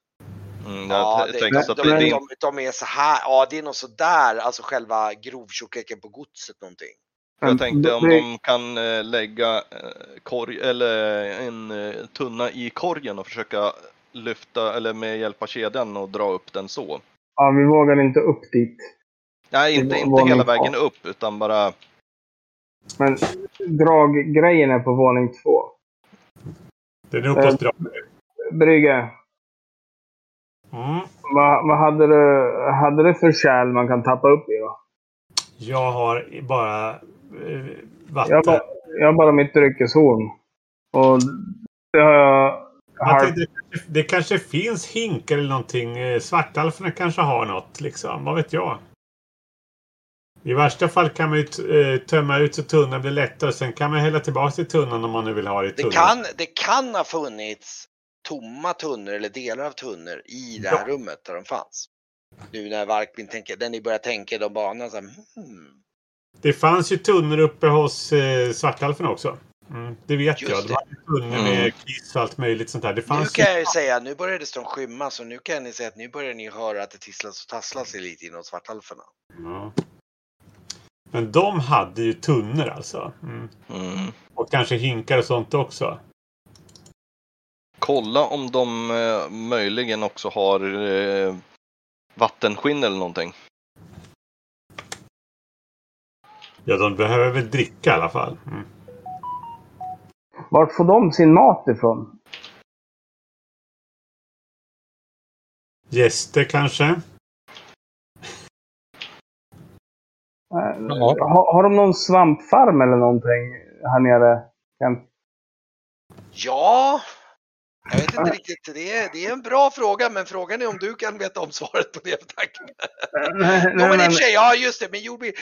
de är så här, ja det är nog så där, alltså själva grovtjockleken på godset någonting. Jag tänkte om de kan lägga korg eller en tunna i korgen och försöka lyfta, eller med hjälp av kedjan och dra upp den så. Ja, vi vågar inte upp dit. Nej, inte hela vägen upp, utan bara... Men draggrejen är på våning 2. Det är uppåt drag. Brygge. Vad hade du för kärl man kan tappa upp i då? Jag har bara vatten. Jag har bara mitt dryckeshorn. Och det har jag... Det kanske finns hinkar eller någonting. Svartalferna kanske har något liksom. Vad vet jag? I värsta fall kan man ju tömma ut så tunnan blir lättare. Sen kan man hälla tillbaka till tunnan om man nu vill ha det i tunnan. Det kan ha funnits tomma tunnor eller delar av tunnor i det här rummet där de fanns. Nu när Varkmin tänker, när ni börjar tänka de banorna så här, Det fanns ju tunnor uppe hos Svartalfen också. Det vet Just jag. det. Det var tunnor med kiss och allt möjligt sånt där. Det fanns Nu kan jag ju säga, nu börjar det stå skymma, så nu kan ni säga att nu börjar ni höra att det tisslas och tasslas lite inom Svartalferna. Ja. Men de hade ju tunnor alltså. Och kanske hinkar och sånt också. Kolla om de möjligen också har vattenskinn eller någonting. Ja, de behöver väl dricka i alla fall. Vart får de sin mat ifrån? Gäster kanske? Har de någon svampfarm eller någonting här nere? Ja, jag vet inte riktigt. Det är en bra fråga, men frågan är om du kan veta om svaret på det. Tack. Men i och för sig, ja just det, men jordbruk.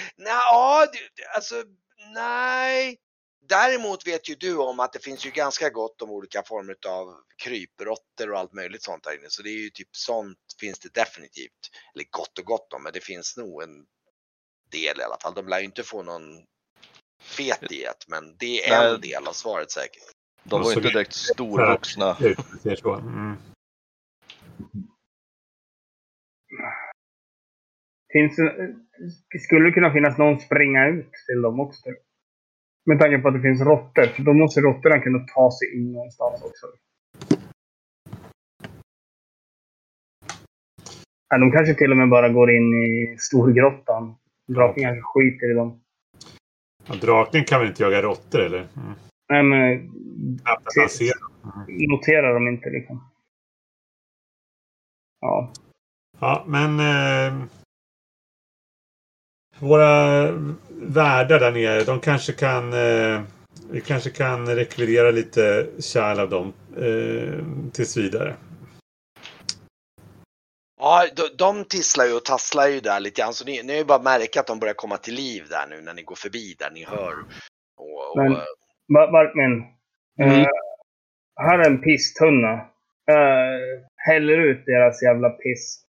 Nej. Däremot vet ju du om att det finns ju ganska gott om olika former av krypråttor och allt möjligt sånt där inne. Så det är ju typ sånt finns det definitivt. Eller gott om, men det finns nog en del i alla fall. De lär ju inte få någon fet diet, men det är en del av svaret säkert. De var ju inte direkt storvuxna. Skulle det kunna finnas någon springa ut till dem också? Med tanke på att det finns råttor. För då måste råttorna kunna ta sig in någonstans också. Ja, de kanske till och med bara går in i storgrottan. Draken kanske skiter i dem. Ja, draken kan väl inte jaga råttor eller? Nej, men noterar de inte liksom. Ja. Ja, men våra värdar där nere, de kanske kan vi kanske kan rekvirera lite kärl av dem tills vidare. Ja, de tisslar ju och tasslar ju där lite grann, så ni har ju bara märkt att de börjar komma till liv där nu när ni går förbi där ni hör. Men Varkmin, här är en pisstunna. Häller ut deras jävla piss.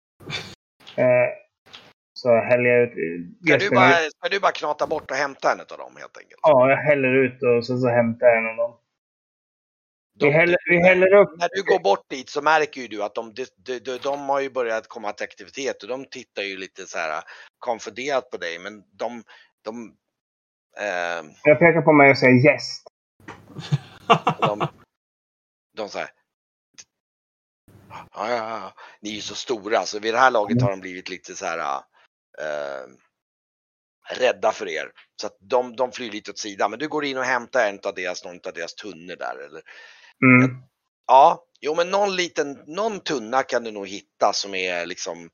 Så häller jag ut. Ska du bara knata bort och hämta en av dem helt enkelt? Ja, jag häller ut och så hämtar jag en av dem. Vi häller upp. När du går bort dit så märker ju du att de har ju börjat komma till aktivitet och de tittar ju lite så här konfunderat på dig, men Jag pekar på mig och säger gäst. De säger ja, ni är ju så stora så vid det här laget har de blivit lite så här rädda för er. Så att de flyr lite åt sidan. Men du går in och hämtar någon av deras tunnor där. Eller? Ja, jo men någon tunna kan du nog hitta som är liksom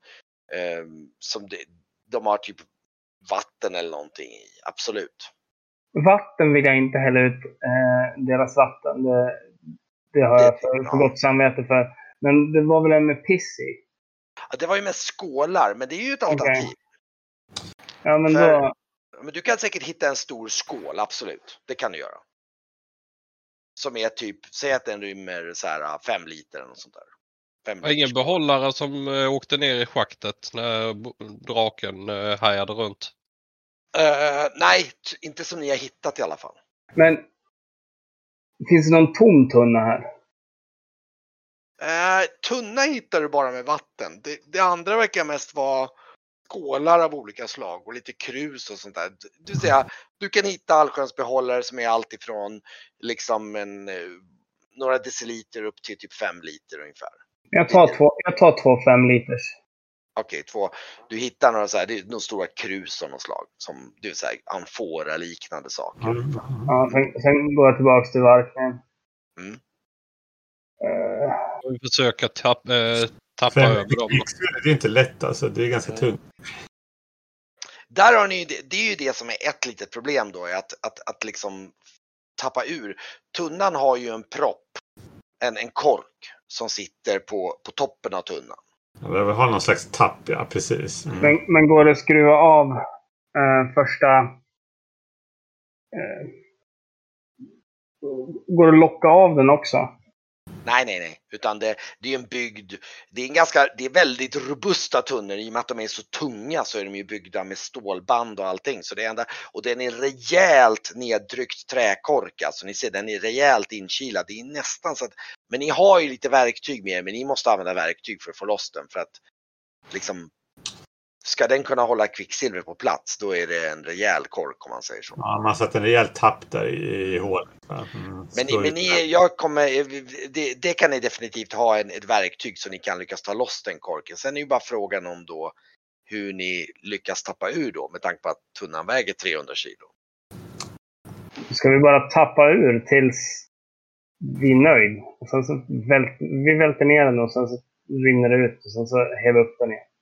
de har typ vatten eller någonting i. Absolut. Vatten vill jag inte hälla ut deras vatten. Det har jag för gott samvete för. Men det var väl en med piss i? Ja, det var ju med skålar, men det är ju ett alternativ. Ja, men men du kan säkert hitta en stor skål, absolut. Det kan du göra. Som är typ, säg att den rymmer så här 5 liter eller något sånt där. Ingen behållare som åkte ner i schaktet när draken härjade runt? Nej, inte som ni har hittat i alla fall. Men finns det någon tom tunna här? Tunna hittar du bara med vatten. Det andra verkar mest vara skålar av olika slag och lite krus och sånt där. Det vill säga, du kan hitta allsköns behållare som är allt ifrån liksom några deciliter upp till typ 5 liter ungefär. Jag tar 2 5 liters. Okej, 2. Du hittar några så här, det är några stora krus av något slag som du säger amfora liknande saker. Ja, sen går jag tillbaka till Varkmin. Vi försöker tappa över dem. Det är inte lätt alltså, det är ganska tungt. Där har ni, det är ju det som är ett litet problem då, är att liksom tappa ur. Tunnan har ju en propp, en kork som sitter på toppen av tunnan. Ja, vi har någon slags tapp, ja precis. Men går det att skruva av första... går det att locka av den också? Nej. Utan det är en byggd, det är väldigt robusta tunnor. I och med att de är så tunga så är de ju byggda med stålband och allting. Så det är och den är rejält neddryckt träkork. Alltså ni ser, den är rejält inkilad. Det är nästan så att, men ni har ju lite verktyg med er, men ni måste använda verktyg för att få loss den. För att liksom, ska den kunna hålla kvicksilver på plats, då är det en rejäl kork om man säger så. Ja, man satt en rejäl tapp där i hålet. Det kan ni definitivt ha ett verktyg så ni kan lyckas ta loss den korken. Sen är ju bara frågan om då hur ni lyckas tappa ur då, med tanke på att tunnan väger 300 kilo. Ska vi bara tappa ur tills vi är nöjd? Och sen så vi välter ner den och sen så rinner det ut och sen så häver upp den igen.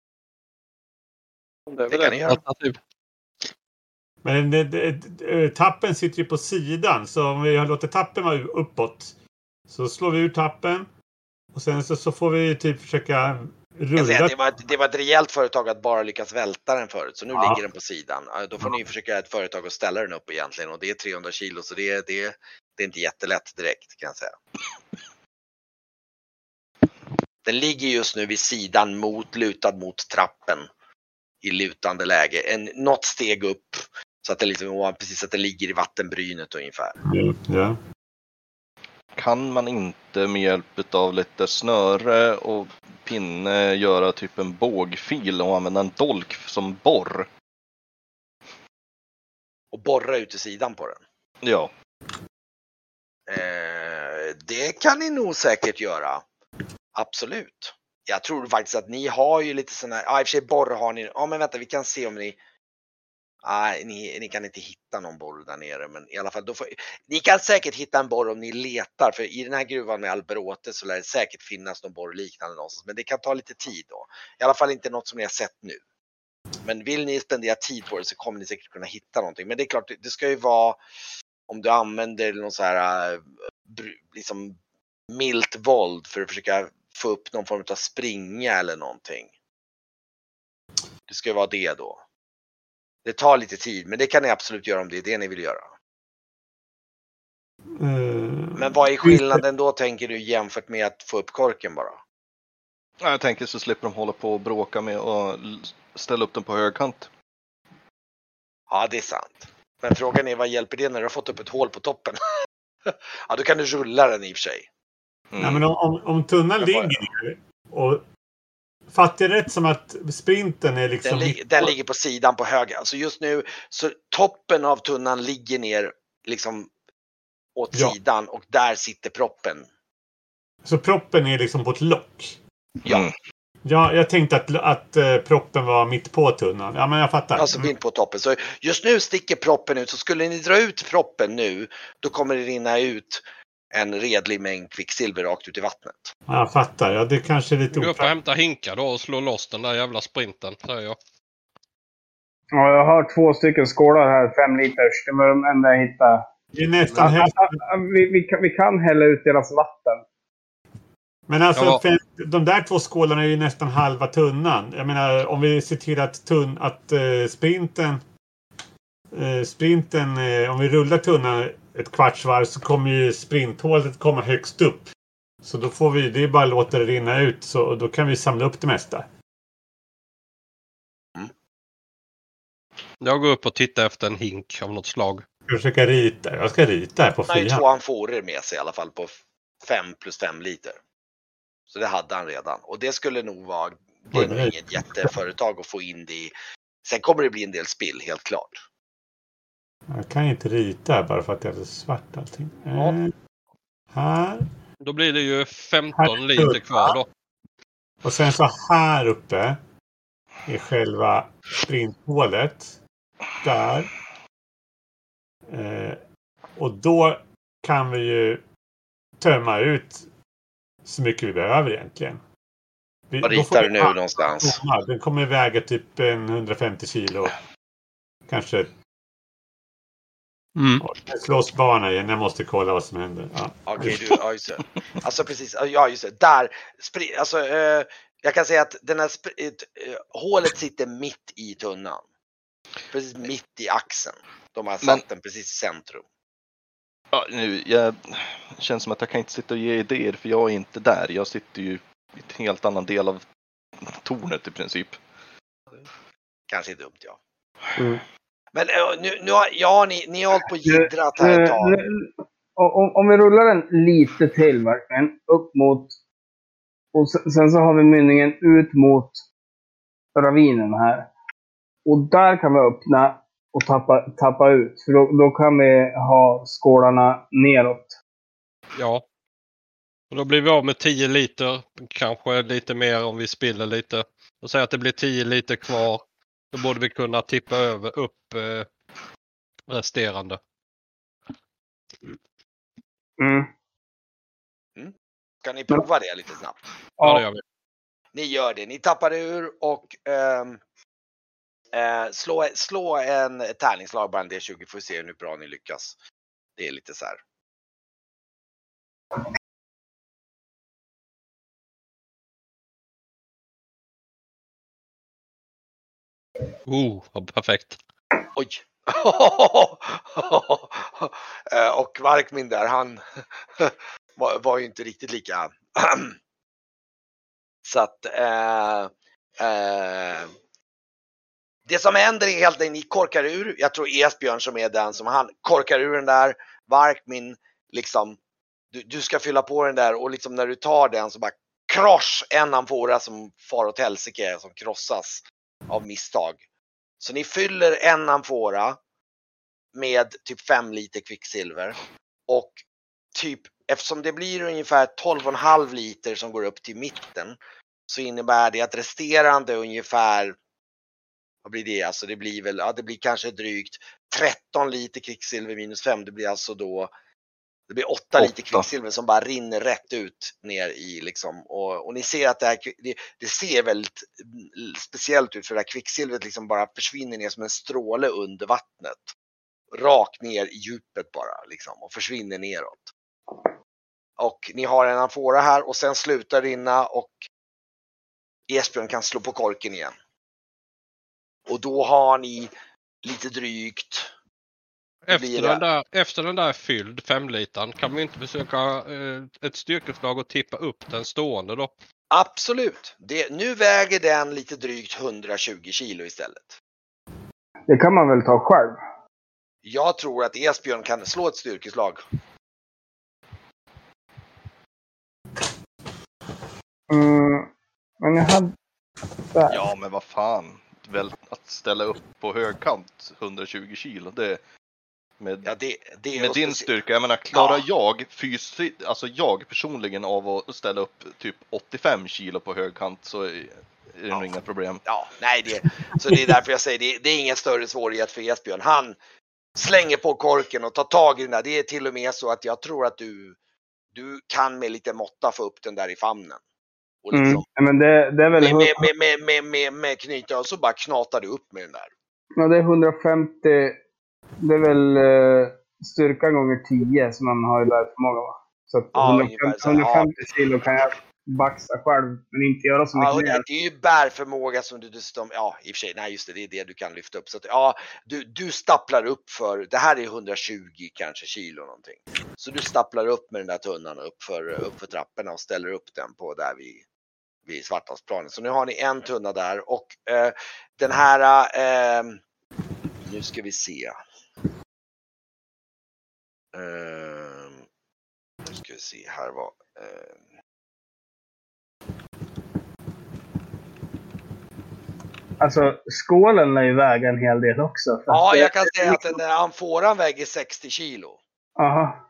Det kan ni göra. Men tappen sitter ju på sidan, så om vi låter tappen vara uppåt så slår vi ur tappen och sen så får vi typ försöka rulla. Det var ett rejält företag att bara lyckas välta den förut, så nu ligger den på sidan. Då får ni försöka ett företag att ställa den upp egentligen, och det är 300 kilo, så det är inte jättelätt direkt kan jag säga. Den ligger just nu vid sidan lutad mot trappen i lutande läge. Något steg upp så att det liksom, precis att det ligger i vattenbrynet ungefär. Ja. Kan man inte med hjälp av lite snöre och pinne göra typ en bågfil och använda en dolk som borr? Och borra ut i sidan på den? Ja. Det kan ni nog säkert göra. Absolut. Jag tror faktiskt att ni har ju lite sådana här, i och för sig borr har ni, men vänta, vi kan se om ni, ni kan inte hitta någon borr där nere, men i alla fall, ni kan säkert hitta en borr om ni letar, för i den här gruvan med Alberote så lär det säkert finnas någon borr liknande någonstans, men det kan ta lite tid då. I alla fall inte något som ni har sett nu. Men vill ni spendera tid på det så kommer ni säkert kunna hitta någonting, men det är klart, det ska ju vara, om du använder någon så här liksom milt våld för att försöka få upp någon form av springa eller någonting. Det ska ju vara det då. Det tar lite tid, men det kan ni absolut göra om det är det ni vill göra. Men vad är skillnaden då, tänker du, jämfört med att få upp korken bara? Jag tänker så slipper de hålla på och bråka med och ställa upp den på högkant. Ja, det är sant. Men frågan är, vad hjälper det när du har fått upp ett hål på toppen? Ja, då kan du rulla den i och för sig. Nej, men om tunnan ligger ner och fattar jag rätt som att sprinten är liksom... Den ligger på sidan på höger. Alltså just nu, så toppen av tunnan ligger ner liksom åt sidan och där sitter proppen. Så proppen är liksom på ett lock? Ja. Ja, jag tänkte att proppen var mitt på tunnan. Ja, men jag fattar. Alltså mitt på toppen. Så just nu sticker proppen ut. Så skulle ni dra ut proppen nu, då kommer det rinna ut en redlig mängd kvicksilver rakt ut i vattnet. Jag fattar. Ja, det kanske är lite gå upp och hämta hinkar då och slå loss den där jävla sprinten, säger jag. Ja, jag har 2 stycken skålar här, 5 liters. Det var de enda jag hittade. Det är nästan vi kan hälla ut deras vatten. Men alltså, de där 2 skålarna är ju nästan halva tunnan. Jag menar, om vi ser till att sprinten, om vi rullar tunnan ett kvartsvarv så kommer ju sprinthålet komma högst upp. Så då får vi, det är bara att låta det rinna ut, så då kan vi samla upp det mesta. Jag går upp och tittar efter en hink av något slag. Jag ska rita här på 4. Han har ju 2 amforer med sig i alla fall på 5 + 5 liter. Så det hade han redan. Och det skulle nog vara inget jätteföretag att få in det i. Sen kommer det bli en del spill, helt klart. Jag kan inte rita här bara för att det är svart allting. Här. Då blir det ju 15 liter kvar då. Och sen så här uppe är själva sprinthålet. Där. Och då kan vi ju tömma ut så mycket vi behöver egentligen. Vad ritar du nu någonstans? Den kommer väga typ 150 kilo. Kanske. Slåss barnen igen. Jag måste kolla vad som händer. Ja. Okej, just det. Alltså precis. Ja, just det. Där. Alltså, jag kan säga att den här hålet sitter mitt i tunnan. Precis mitt i axeln. De har satt den precis i centrum. Ja, nu, känns som att jag kan inte sitta och ge idéer för jag är inte där. Jag sitter ju i ett helt annan del av tornet i princip. Kanske är dumt, ja. Mm. Men nu har ni har hållit på och jiddrat här ett tag. Om vi rullar den lite till verkligen, upp mot, och sen så har vi mynningen ut mot ravinen här. Och där kan vi öppna och tappa ut. För då kan vi ha skålarna neråt. Ja. Och då blir vi av med 10 liter. Kanske lite mer om vi spiller lite. Och säger att det blir 10 liter kvar. Då borde vi kunna tippa upp resterande. Mm. Kan ni prova det lite snabbt? Ja, det gör vi. Ni gör det. Ni tappar ur och slå en tärningslag bara en D20 för att se hur bra ni lyckas. Det är lite så här. Perfekt. Oj! Och Varkmin där, han var ju inte riktigt lika. Så att det som händer är helt enkelt, ni korkar ur. Jag tror Esbjörn som är den som han korkar ur den där. Varkmin, liksom, du ska fylla på den där och liksom när du tar den så bara kross en amfora som far åt helsike, som krossas av misstag. Så ni fyller en amfora med typ 5 liter kvicksilver och typ, eftersom det blir ungefär 12,5 liter som går upp till mitten, så innebär det att resterande ungefär, vad blir det? Alltså det blir väl, ja, det blir kanske drygt 13 liter kvicksilver minus 5. Det blir alltså då, det blir 8 liter kvicksilver som bara rinner rätt ut ner i liksom, och ni ser att det ser väldigt speciellt ut, för det här kvicksilvret liksom bara försvinner ner som en stråle under vattnet. Rakt ner i djupet bara liksom, och försvinner neråt. Och ni har en amfora här och sen slutar rinna och Esbjörn kan slå på korken igen. Och då har ni lite drygt. Efter den där är fylld 5 litern, kan vi inte försöka ett styrkeslag och tippa upp den stående då? Absolut. Nu väger den lite drygt 120 kilo istället. Det kan man väl ta själv? Jag tror att Esbjörn kan slå ett styrkeslag. Men jag hade... Ja, men vad fan. Väl att ställa upp på högkant 120 kilo, det med, ja, det med din styrka, jag menar, klarar jag fysiskt, alltså jag personligen, av att ställa upp typ 85 kilo på högkant, så är det nog inga problem. Ja, nej, så det är därför jag säger det är ingen större svårighet för Esbjörn. Han slänger på korken och tar tag i den där. Det är till och med så att jag tror att du kan med lite måtta få upp den där i famnen. Och liksom, men det är väl med knyta och så bara knatar du upp med den där. Ja, det är 150. Det är väl styrka gånger 10 som man har i bärförmåga, va? Så att 150 kilo kan jag baxa själv, men inte göra så mycket mer. Det är ju bärförmåga som du dessutom, ja i och för sig, nej just det är det du kan lyfta upp. Så att, ja, du stapplar upp för, det här är 120 kanske kilo någonting. Så du stapplar upp med den där tunnan upp för trapporna och ställer upp den på där vid Svarthavsplanen. Så nu har ni en tunna där och den här, nu ska vi se. Nu ska vi se här vad. Alltså skålen är ju väga en hel del också. Ja, jag kan säga att den där amforan väger 60 kilo. Aha.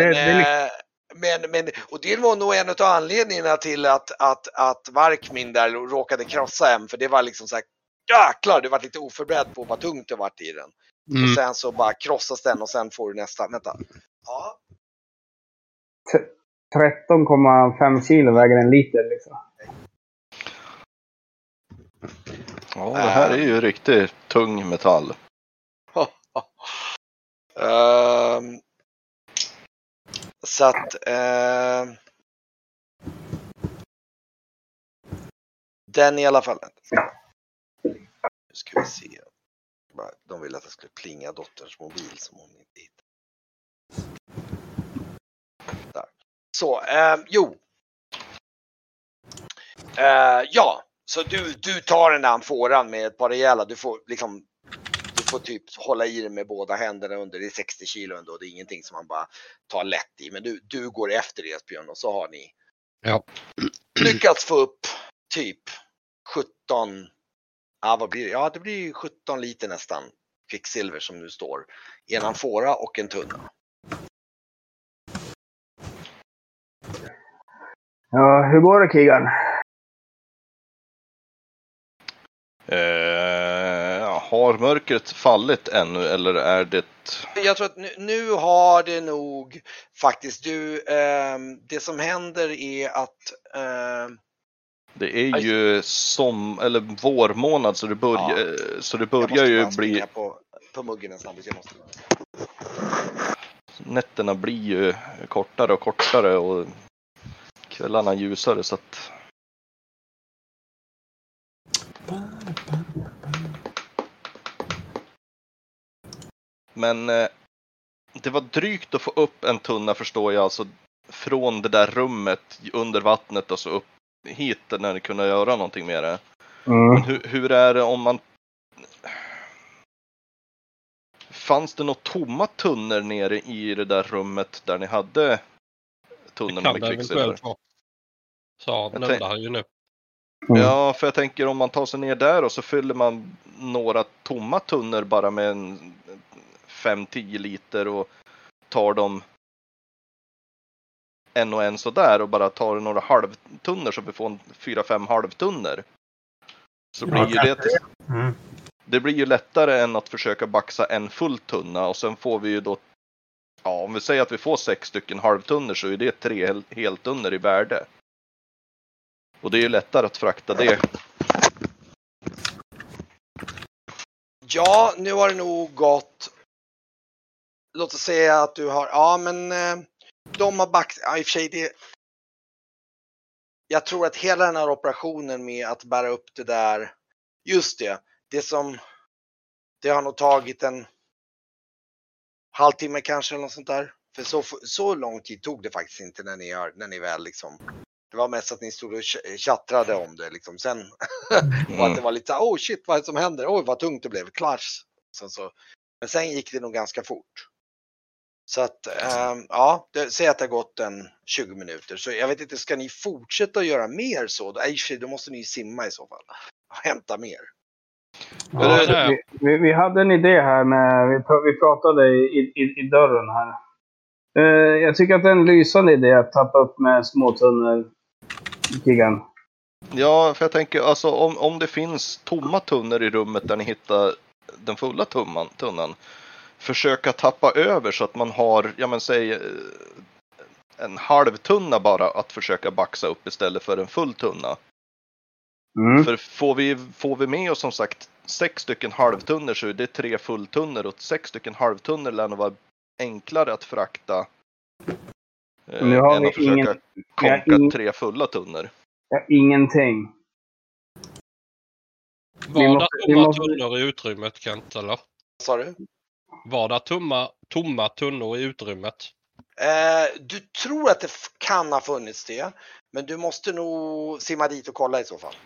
Men och det var nog en av anledningarna till att Varkmin där råkade krossa en, för det var liksom så här, jäklar, du var lite oförberedd på vad tungt det var i den. Och sen så bara krossas den och sen får du nästa. Vänta. Ja. 13,5 kilo väger en liter liksom. Ja, det här är ju riktigt tung metall. Så att den i alla fall. Nu ska vi se. De ville att jag skulle plinga dotterns mobil som hon inte hittade. Så, ja, så du tar den där amforan med ett par rejäla, du får typ hålla i den med båda händerna under, det är 60 kilo ändå, det är ingenting som man bara tar lätt i, men du går efter Esbjörn och så har ni lyckats få upp typ 17, vad blir det? Ja, det blir 17 liter nästan kvicksilver som nu står i en amfora och en tunna. Ja, hur går det, Kigan? Har mörkret fallit ännu eller är det... Jag tror att nu har det nog faktiskt det som händer är att det är ju vårmånad så det börjar ju bli... På muggen en snabbis, jag måste... Nätterna blir ju kortare och kortare och kvällarna ljusare så att... Men det var drygt att få upp en tunna förstår jag, alltså från det där rummet under vattnet och så upp hit när ni kunde göra någonting med det. Men hur är det om man... Fanns det något tomma tunnor nere i det där rummet där ni hade tunnorna med kvicksilver? Så nämnde han ju nu. Ja, för jag tänker om man tar sig ner där och så fyller man några tomma tunnor bara med 5-10 liter och tar dem en och en så där och bara tar några halvtunnor så vi får 4-5 halvtunnor. Så blir ju det blir ju lättare än att försöka baxa en full tunna och sen får vi ju då, ja om vi säger att vi får 6 stycken halvtunnor så är det 3 heltunnor i värde. Och det är ju lättare att frakta det. Ja, nu har det nog gått. Låt oss säga att du har, de har baxat, i och för sig det. Jag tror att hela den här operationen med att bära upp det där, just det har nog tagit en halvtimme kanske eller något sånt där. För så lång tid tog det faktiskt inte när ni väl liksom. Det var mest att ni stod och tjattrade om det liksom. Sen och att det var lite så shit, vad är det som händer? Oj, vad tungt det blev. Clash. Men sen gick det nog ganska fort. Så att, säg att det har gått en 20 minuter. Så jag vet inte, ska ni fortsätta att göra mer så? Då måste ni simma i så fall. Hämta mer. Ja, vi hade en idé här med, vi pratade i dörren här. Jag tycker att det är en lysande idé att tappa upp med små tunnor. Kigan. Ja, för jag tänker alltså om det finns tomma tunnor i rummet där ni hittar den fulla tunnan. Försöka tappa över så att man har, säg en halv tunna bara att försöka baxa upp istället för en full tunna. För får vi med oss som sagt 6 stycken halvtunnor så är det 3 fulltunnor och 6 stycken halvtunnor lär nog vara enklare att frakta än att försöka konka 3 fulla tunnor. Ja, ingenting. Var det tomma tunnor i utrymmet, Kent, eller? Sa du? Var det tomma tunnor i utrymmet? Du tror att det kan ha funnits det. Men du måste nog simma dit och kolla i så fall.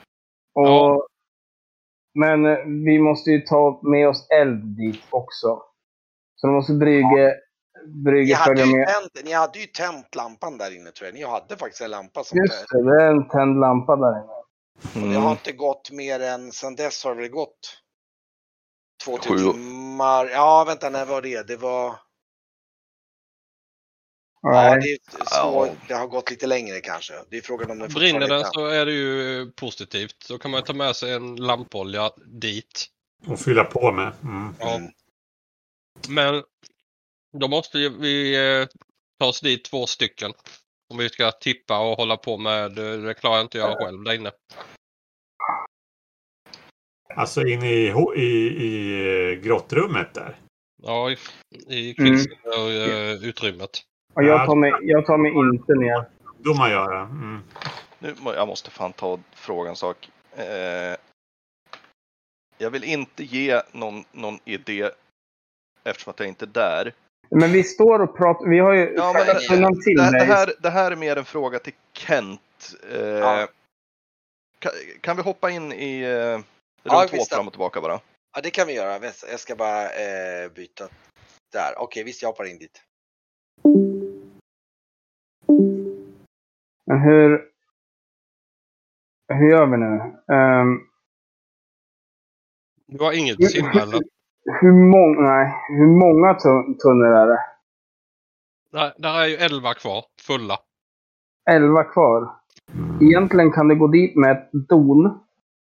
Men vi måste ju ta med oss eld dit också. Så de måste brygga följa med. Ni hade ju tänt lampan där inne tror jag. Ni hade faktiskt en lampa som... Just det är en tänd lampa där inne. Det har inte gått mer än, sen dess har det gått 2 timmar. Ja, vänta, när var det? Det var... Ja, det har gått lite längre kanske. Det är frågan om den brinner den så är det ju positivt. Då kan man ta med sig en lampolja dit. Och fylla på med. Ja. Men då måste vi ta oss dit 2 stycken. Om vi ska tippa och hålla på med, det klarar inte jag själv där inne. Alltså inne i grottrummet där? Ja, i kvicksilverutrymmet. Och jag tar mig inte ner. Då man gör. Nu, jag måste fan ta frågan sak. Jag vill inte ge någon idé eftersom att jag inte är där. Men vi står och pratar, vi har ju det här är mer en fråga till Kent. Kan vi hoppa in i rund 2 fram och tillbaka bara? Ja, det kan vi göra. Jag ska bara byta där. Okej, visst, jag hoppar in dit. Men hur gör vi nu? Du har inget simhälle. Hur många tunnor är det? Där är ju 11 kvar, fulla. 11 kvar. Egentligen kan det gå dit med ett don.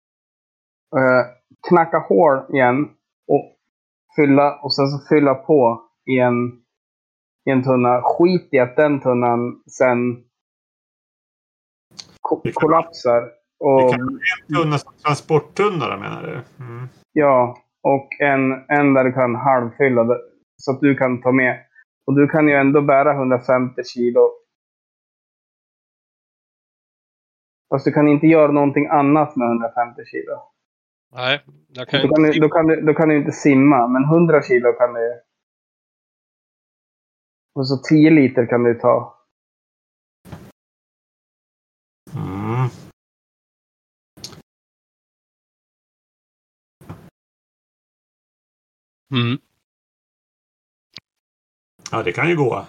Knacka hål igen. Och sen så fylla på i en tunna. Skit i att den tunnan sen kollapsar. Och, det kan vara en tunna som transporttunna, menar du? Mm. Ja, och en där du kan halvfylla det, så att du kan ta med. Och du kan ju ändå bära 150 kilo. Fast du kan inte göra någonting annat med 150 kilo. Nej, jag då kan du inte simma. Men 100 kilo kan du. Och så 10 liter kan du ta. Mm. Mm. Ja, det kan ju gå.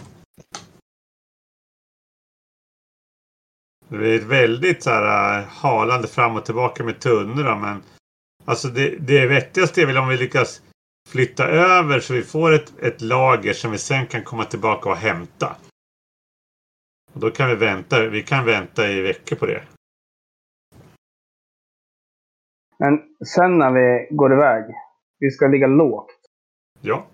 Det är väldigt så här halande fram och tillbaka med tunnor, men alltså det vettigaste är väl om vi lyckas flytta över så vi får ett lager som vi sen kan komma tillbaka och hämta. Och då kan vi kan vänta i veckor på det. Men sen när vi går iväg, vi ska ligga lågt. Ja.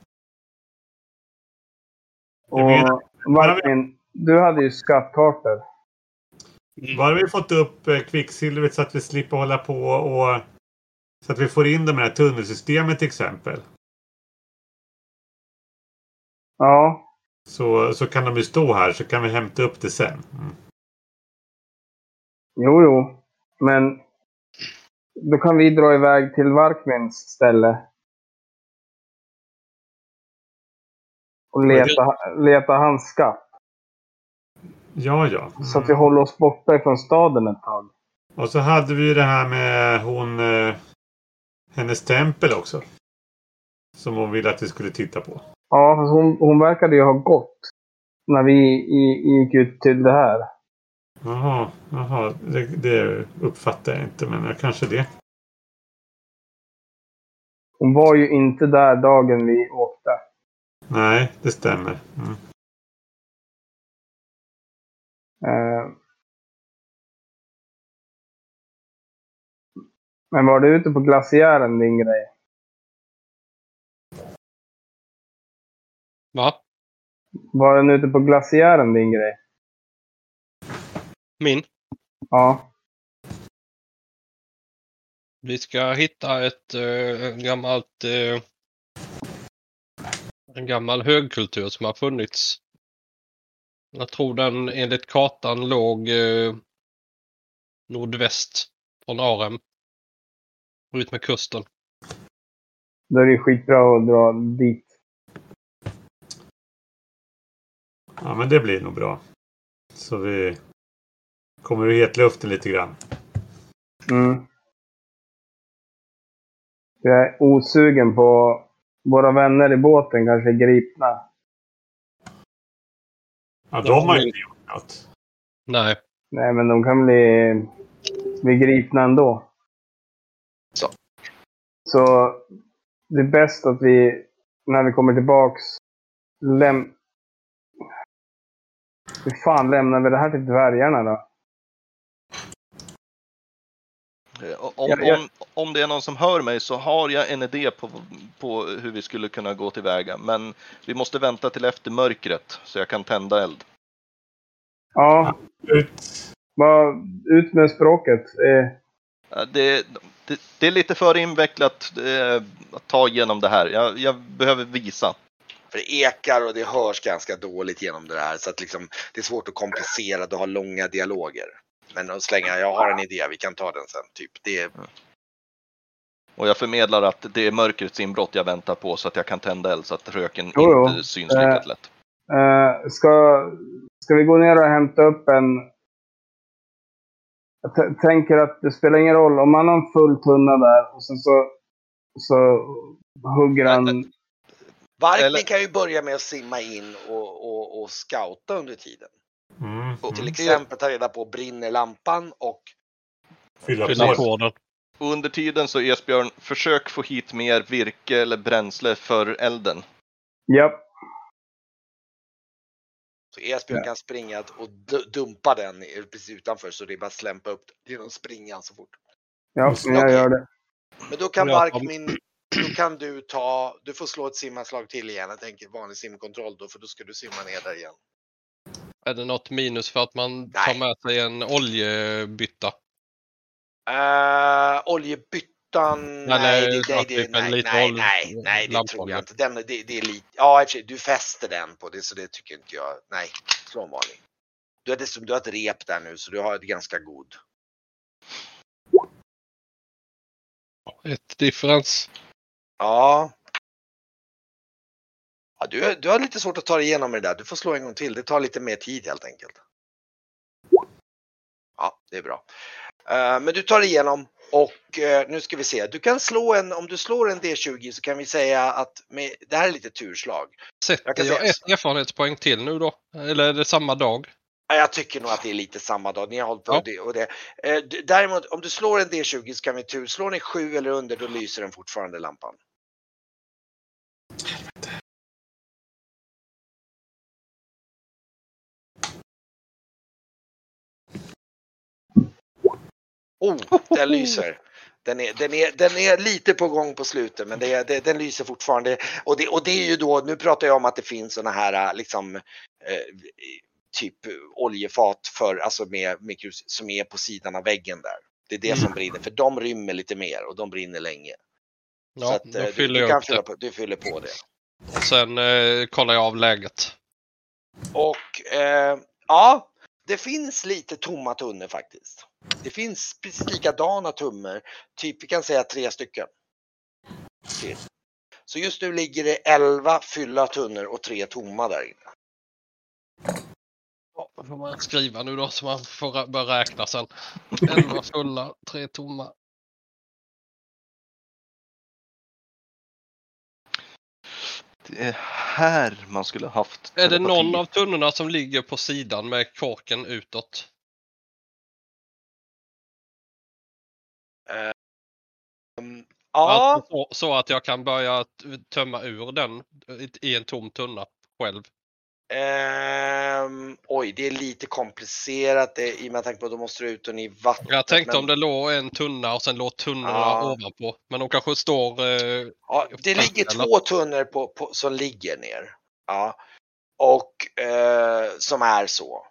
Och Martin, du hade ju skattkartor. Bara vi fått upp kvicksilvret så att vi slipper hålla på och så att vi får in de här tunnelsystemet till exempel. Ja. Så kan de ju stå här, så kan vi hämta upp det sen. Mm. Jo. Men då kan vi dra iväg till Varkmins ställe. Och leta hans skatt. Ja. Så att vi håller oss borta från staden ett tag. Och så hade vi ju det här med hennes tempel också. Som hon ville att vi skulle titta på. Ja, fast hon verkade ju ha gått. När vi gick ut till det här. Jaha. Det uppfattar jag inte, men kanske det. Hon var ju inte där dagen vi åkte. Nej, det stämmer. Mm. Men var du ute på glaciären, din grej? Va? Var den ute på glaciären, din grej? Min? Ja. Vi ska hitta en gammal högkultur som har funnits. Jag tror den enligt kartan låg nordväst från Arem. Ut med kusten. Då är det skitbra att dra dit. Ja, men det blir nog bra. Så vi kommer ur hetluften lite grann. Mm. Jag är osugen på våra vänner i båten kanske är gripna. Ja, de har inte gjort något. Nej. Nej, men de kan bli gripna ändå. Så det är bäst att vi, när vi kommer tillbaks, hur fan lämnar vi det här till dvärgarna då? Om det är någon som hör mig så har jag en idé på hur vi skulle kunna gå tillväga. Men vi måste vänta till efter mörkret så jag kan tända eld. Ja. Ut med språket. Det är lite för invecklat att ta igenom det här. Jag behöver visa. För det ekar och det hörs ganska dåligt genom det här. Så att liksom, det är svårt att komplicera och ha långa dialoger. Men att slänga, jag har en idé, vi kan ta den sen. Typ. Och jag förmedlar att det är mörkrets inbrott jag väntar på så att jag kan tända eld så att röken inte syns lika lätt. Ska vi gå ner och hämta upp en... Jag tänker att det spelar ingen roll om man har en full tunna där och sen så hugger han... Varken kan ju börja med att simma in och scouta under tiden. Och till exempel ta reda på brinner lampan och fylla på den. Och under tiden så Esbjörn, försök få hit mer virke eller bränsle för elden. Ja. Så Esbjörn kan springa och dumpa den precis utanför så det är bara att slämpa upp genom springan så fort. Ja, jag gör det. Men då kan då kan du får slå ett simmarslag till igen. Jag tänker vanlig simkontroll då, för då ska du simma ner där igen. Är det något minus för att man tar med sig en oljebytta? Oljebyttan, nej, det tror jag inte. Det är lite, ja, du fäster den på det, så det tycker inte jag. Nej, slå en vanlig. Du har ett rep där nu, så du har ett ganska god. Ett differens. Ja. Du har lite svårt att ta dig igenom det där. Du får slå en gång till. Det tar lite mer tid helt enkelt. Ja, det är bra. Men du tar igenom och nu ska vi se. Du kan slå om du slår en D20 så kan vi säga att det här är lite turslag. Sätter jag ett erfarenhetspoäng till nu då? Eller är det samma dag? Jag tycker nog att det är lite samma dag. Ni har hållit på det och det. Däremot om du slår en D20 så kan vi tur. Slår ni 7 eller under då lyser den fortfarande lampan. Den lyser. Den är lite på gång på slutet, men den lyser fortfarande. Och det är ju då, nu pratar jag om att det finns såna här liksom typ oljefat alltså med som är på sidan av väggen där. Det är det som brinner, för de rymmer lite mer och de brinner länge. Ja, så att du fyller på det. Och sen kollar jag av läget. Och ja, det finns lite tomma tunnor faktiskt. Det finns precis likadana tunnor, typ vi kan säga 3 stycken. Så just nu ligger det 11 fyllda tunnor och 3 tomma där inne. Ja, då får man skriva nu då så man får börja räkna sen. 11 fulla, 3 tomma. Det är här man skulle haft. Är det någon av tunnorna som ligger på sidan med korken utåt? Ja. Alltså så att jag kan börja tömma ur den i en tom tunna själv. Oj, det är lite komplicerat i och med tanke på att då måste du ut och i vatten. Jag tänkte om det låg en tunna och sen låg tunnorna ovanpå. Men de kanske står... det ligger 2 tunnor som ligger ner. Ja. Och som är så.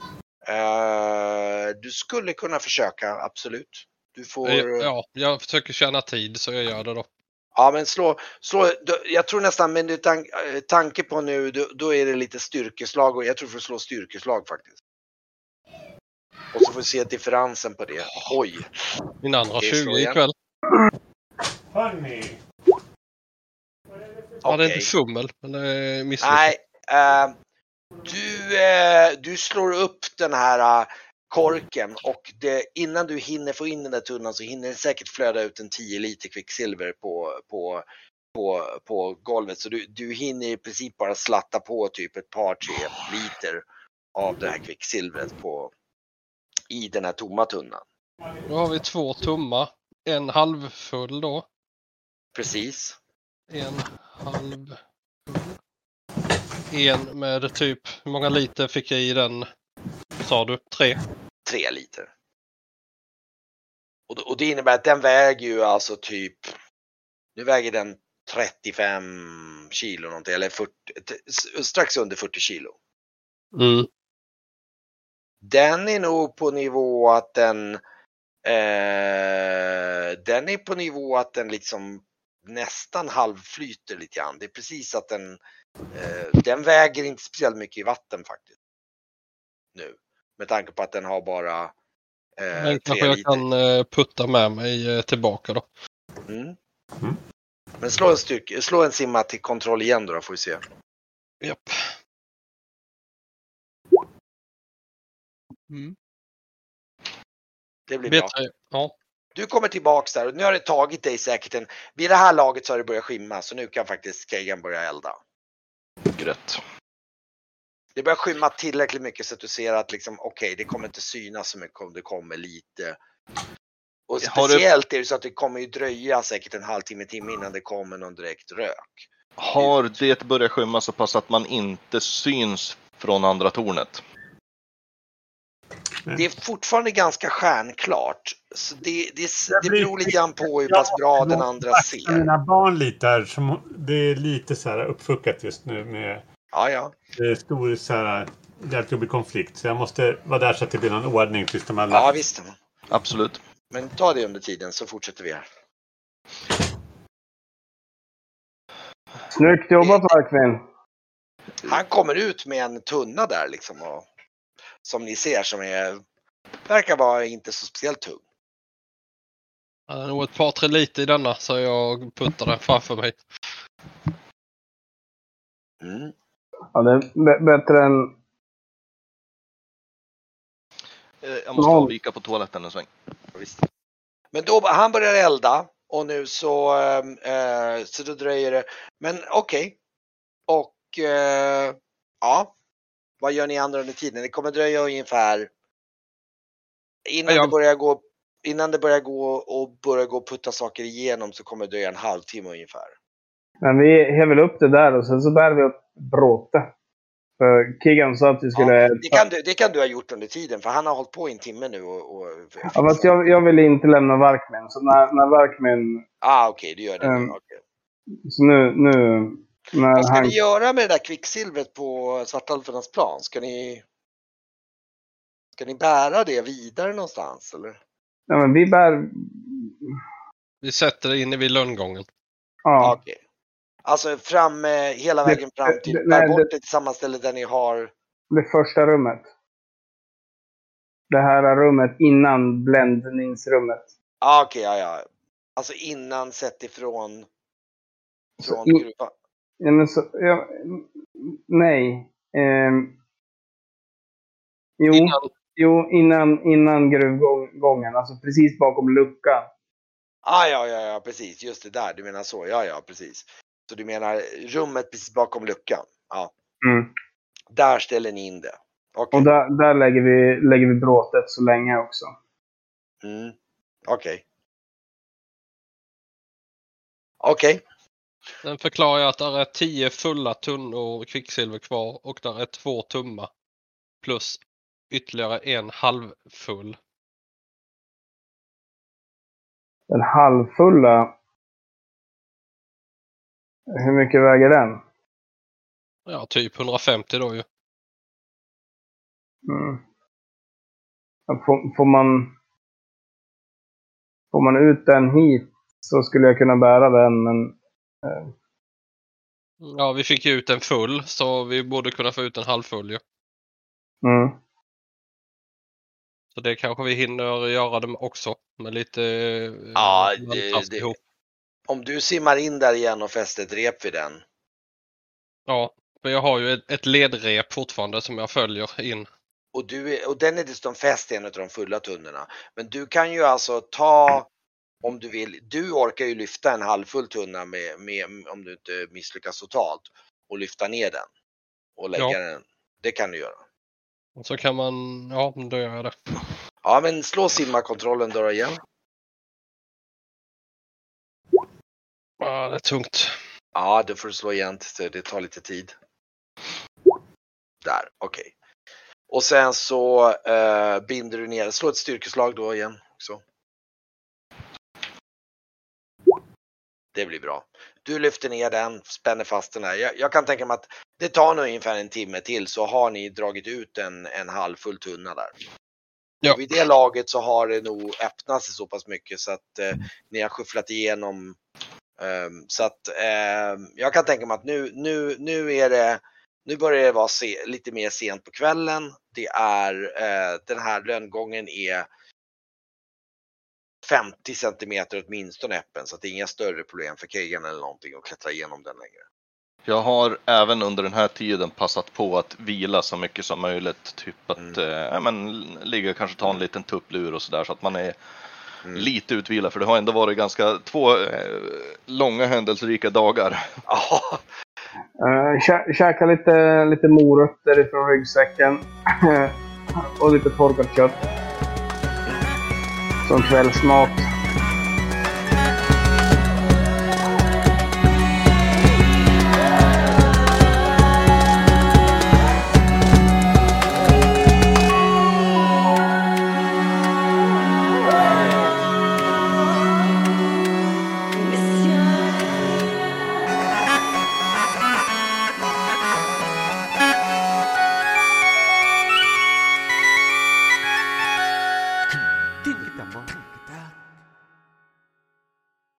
Du skulle kunna försöka, absolut. Du får... Ja, jag försöker tjäna tid så jag gör det då. Ja, men slå jag tror nästan, men tanke på nu, då är det lite styrkeslag och jag tror du får slå styrkeslag faktiskt. Och så får vi se differensen på det. Oj. Min andra 20 ikväll. Hörni. Ja, det är inte fummel, eller misslyckat. Nej, du slår upp den här korken och innan du hinner få in den där tunnan så hinner det säkert flöda ut en 10 liter kvicksilver på golvet. Så du hinner i princip bara slatta på typ ett par 3 liter av det här kvicksilvret i den här tomma tunnan. Då har vi 2 tomma, en halvfull då. Precis. En halv. En med typ, hur många liter fick jag i den? Sa du? 3? 3 liter. Och det innebär att den väger ju alltså typ, nu väger den 35 kilo någonting, eller 40, strax under 40 kilo. Mm. Den är nog på nivå att den är på nivå att den liksom nästan halvflyter lite grann. Det är precis att den väger inte speciellt mycket i vatten faktiskt. Nu. Med tanke på att den har bara 3 kanske jag liter. kan putta med mig tillbaka då. Mm. Men slå en simma till kontroll igen då får vi se. Japp. Mm. Det blir bra. Ja. Du kommer tillbaks där och nu har det tagit dig säkert vid det här laget så har det börjat skymma så nu kan faktiskt Kagan börja elda. Rätt. Det börjar skymma tillräckligt mycket så att du ser att liksom okej, det kommer inte synas så mycket om det kommer lite. Och speciellt är det så att det kommer ju dröja säkert en timme innan det kommer någon direkt rök. Har det börjat skymma så pass att man inte syns från andra tornet? Det är fortfarande ganska stjärnklart. Så det beror lite grann på hur pass bra den andra ser. Mina barn lite här, det är lite så här uppfuckat just nu med det är stor så här jävligt konflikt. Så jag måste vara där så att det blir någon ordning tills de har lärt. Ja, visst. Absolut. Men ta det under tiden så fortsätter vi här. Snyggt jobbat, Markvin. Han kommer ut med en tunna där liksom. Och, som ni ser som verkar vara inte så speciellt tung. Det är nog ett par 3 liter i denna så jag puttar den framför mig. Mm. Ja, det är bättre än... Jag måste avvika på toaletten en sväng. Visst. Men då, han börjar elda och nu så då dröjer det. Men okej. Och ja. Vad gör ni andra under tiden? Det kommer dröja ungefär innan det börjar gå och putta saker igenom så kommer det dröja en halvtimme ungefär. Men vi häver upp det där och sen så bär vi upp bråte. För Keegan sa att vi skulle... Ja, det kan du ha gjort under tiden för han har hållit på i en timme nu ja, fast jag vill inte lämna Varkmin. Så när Varkmin... okej, du gör det nu. Okay. Så nu vad ska ni göra med det där kvicksilvret på Svartalfernas plan? Ska ni bära det vidare någonstans eller? Ja, men vi bär... Vi sätter det inne vid lönngången. Ja. Okej. Alltså hela vägen fram till bort det till samma ställe där ni har... Det första rummet. Det här är rummet innan bländningsrummet. Okej, ja. Alltså innan sett ifrån gruvan. Ja, men så, nej. Innan gruvgången. Alltså precis bakom luckan. Ja, precis. Just det där. Du menar så. Ja, precis. Så du menar rummet precis bakom luckan? Ja. Mm. Där ställer ni in det. Okay. Och där lägger vi bråtet så länge också. Mm. Okej. Sen förklarar jag att det är 10 fulla tunnor kvicksilver kvar och där är 2 tumma. Plus ytterligare en halvfull. Den halvfulla... Hur mycket väger den? Ja, typ 150 då ju. Mm. Får man ut den hit så skulle jag kunna bära den, men... Ja, vi fick ju ut en full så vi borde kunna få ut en halvfull ju. Mm. Så det kanske vi hinner göra dem också med lite... Ja, om du simmar in där igen och fäster ett rep vid den. Ja, för jag har ju ett ledrep fortfarande som jag följer in. Och den är dessutom fäst i en av de fulla tunnorna. Men du kan ju alltså ta, om du vill, du orkar ju lyfta en halvfull tunna med om du inte misslyckas totalt. Och lyfta ner den. Och lägga den. Det kan du göra. Och så kan man, ja då gör jag det. Ja men slå simmarkontrollen då igen. Ja, det är tungt. Ja, det får du slå igen. Det tar lite tid. Där, okej. Och sen så binder du ner. Slå ett styrkeslag då igen. Så. Det blir bra. Du lyfter ner den, spänner fast den här. Jag kan tänka mig att det tar nog ungefär en timme till så har ni dragit ut en halvfull tunna där. Ja. Vid det laget så har det nog öppnat sig så pass mycket så att ni har skyfflat igenom. Så att jag kan tänka mig att nu börjar det vara lite mer sent på kvällen. Det är den här lönngången är 50 centimeter åtminstone öppen, så att det är inga större problem för Kegan eller någonting att klättra igenom den längre. Jag har även under den här tiden passat på att vila så mycket som möjligt. Typ att ligga kanske ta en liten tupplur och sådär, så att man är lite utvilad. För det har ändå varit ganska 2 långa händelserika dagar. Käka lite morötter från ryggsäcken. Och lite torkat kött. Som kvällsmat.